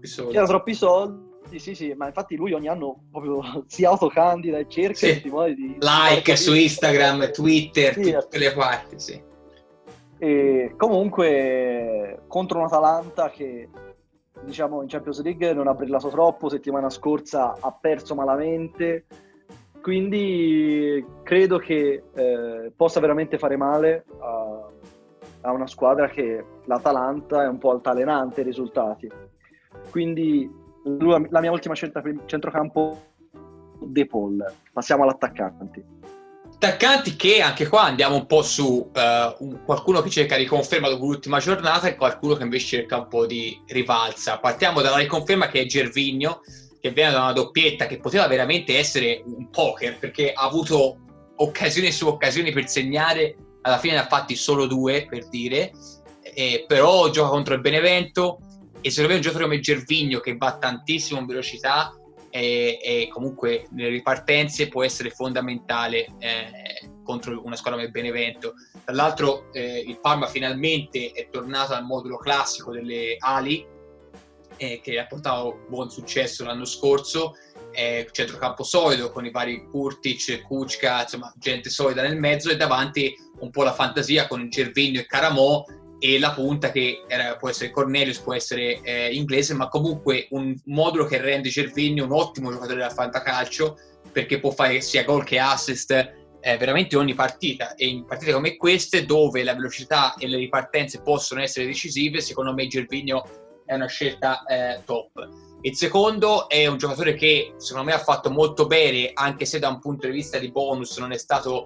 Sì, ma infatti lui ogni anno proprio si autocandida e cerca tutti i modi di like su Instagram, Twitter, tutte le parti, sì. E comunque contro un Atalanta che diciamo in Champions League non ha brillato troppo, settimana scorsa ha perso malamente, quindi credo che possa veramente fare male a una squadra che l'Atalanta è un po' altalenante ai risultati. Quindi la mia ultima scelta per il centrocampo, De Paul. Passiamo all'attaccanti. Attaccanti che anche qua andiamo un po' su qualcuno che cerca riconferma dopo l'ultima giornata e qualcuno che invece cerca un po' di rivalsa. Partiamo dalla riconferma, che è Gervinho, che viene da una doppietta che poteva veramente essere un poker, perché ha avuto occasioni su occasioni per segnare, alla fine ne ha fatti solo 2 per dire, però gioca contro il Benevento, e se lo vede un giocatore come Gervinho che va tantissimo in velocità e comunque nelle ripartenze può essere fondamentale contro una squadra come Benevento. Tra l'altro il Parma finalmente è tornato al modulo classico delle ali, che ha portato buon successo l'anno scorso, centrocampo solido con i vari Kurtic, Kučka, insomma gente solida nel mezzo, e davanti un po' la fantasia con Gervinho e Caramò, e la punta che può essere Cornelius, può essere Inglese, ma comunque un modulo che rende Gervinho un ottimo giocatore da fantacalcio, perché può fare sia gol che assist veramente ogni partita, e in partite come queste dove la velocità e le ripartenze possono essere decisive, secondo me Gervinho è una scelta top. Il secondo è un giocatore che secondo me ha fatto molto bene, anche se da un punto di vista di bonus non è stato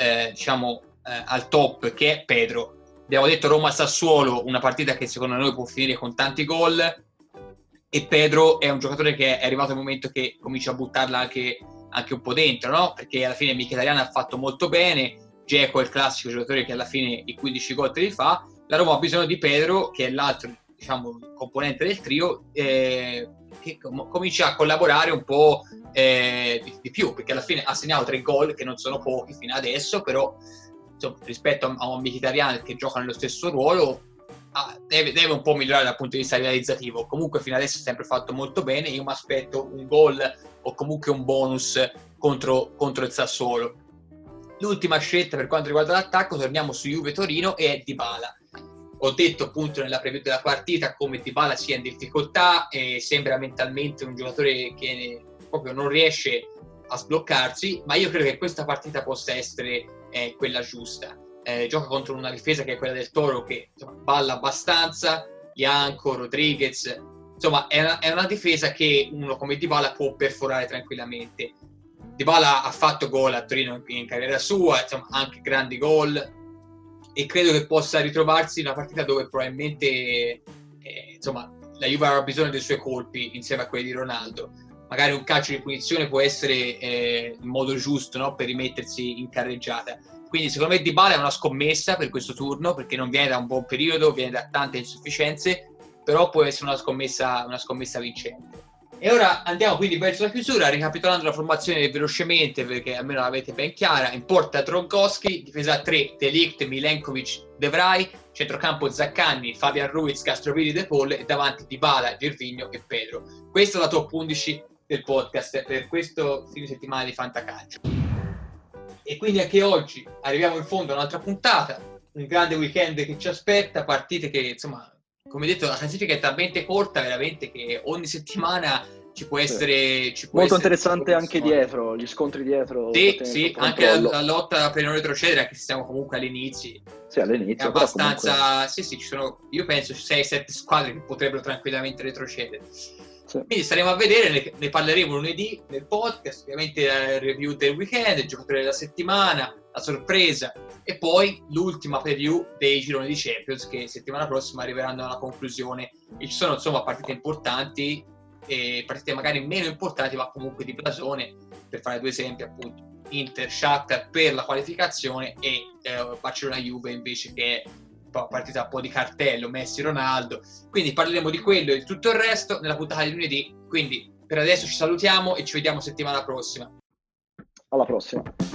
al top, che è Pedro. Abbiamo detto Roma-Sassuolo, una partita che secondo noi può finire con tanti gol, e Pedro è un giocatore che è arrivato il momento che comincia a buttarla anche un po' dentro, no? Perché alla fine Mkhitaryan ha fatto molto bene, Dzeko è il classico giocatore che alla fine i 15 gol te li fa, la Roma ha bisogno di Pedro, che è l'altro, diciamo, componente del trio, che comincia a collaborare un po' di più, perché alla fine ha segnato 3 gol, che non sono pochi fino adesso, però insomma, rispetto a un Mkhitaryan che gioca nello stesso ruolo, deve un po' migliorare dal punto di vista realizzativo. Comunque fino adesso ha sempre fatto molto bene, io mi aspetto un gol o comunque un bonus contro il Sassuolo. L'ultima scelta per quanto riguarda l'attacco, torniamo su Juve Torino, e è Dybala. Ho detto appunto nella preview della partita come Dybala sia in difficoltà, e sembra mentalmente un giocatore che proprio non riesce a sbloccarsi, ma io credo che questa partita possa essere quella giusta. Gioca contro una difesa che è quella del Toro, che insomma, balla abbastanza, Janko, Rodriguez, insomma è una difesa che uno come Dybala può perforare tranquillamente. Dybala ha fatto gol a Torino in carriera sua, insomma anche grandi gol, e credo che possa ritrovarsi in una partita dove probabilmente insomma la Juve avrà bisogno dei suoi colpi insieme a quelli di Ronaldo. Magari un calcio di punizione può essere il modo giusto, no? Per rimettersi in carreggiata. Quindi secondo me Dybala è una scommessa per questo turno, perché non viene da un buon periodo, viene da tante insufficienze, però può essere una scommessa vincente. E ora andiamo quindi verso la chiusura, ricapitolando la formazione velocemente, perché almeno l'avete ben chiara. In porta Drogowski, difesa 3 De Ligt, Milenkovic, De Vrij, centrocampo Zaccagni, Fabian Ruiz, Castrovilli, De Paul, e davanti Dybala, Gervinho e Pedro. Questa è la top 11 del podcast per questo fine settimana di Fantacalcio. E quindi anche oggi arriviamo in fondo a un'altra puntata, un grande weekend che ci aspetta, partite che insomma, come detto, la classifica è talmente corta veramente che ogni settimana ci può essere molto interessante anche dietro, gli scontri dietro. Sì, anche la lotta per non retrocedere, anche se siamo comunque all'inizio. Sì, all'inizio. È abbastanza, sì, ci sono, io penso 6-7 squadre che potrebbero tranquillamente retrocedere. Sì. Quindi staremo a vedere, ne parleremo lunedì nel podcast, ovviamente la review del weekend, il giocatore della settimana, la sorpresa, e poi l'ultima preview dei gironi di Champions, che settimana prossima arriveranno alla conclusione. E ci sono insomma partite importanti e partite magari meno importanti, ma comunque di blasone. Per fare 2 esempi, appunto Inter-Shakhtar per la qualificazione, e Barcellona-Juve invece, che è partita un po' di cartello, Messi-Ronaldo. Quindi parleremo di quello e di tutto il resto nella puntata di lunedì. Quindi per adesso ci salutiamo e ci vediamo settimana prossima. Alla prossima.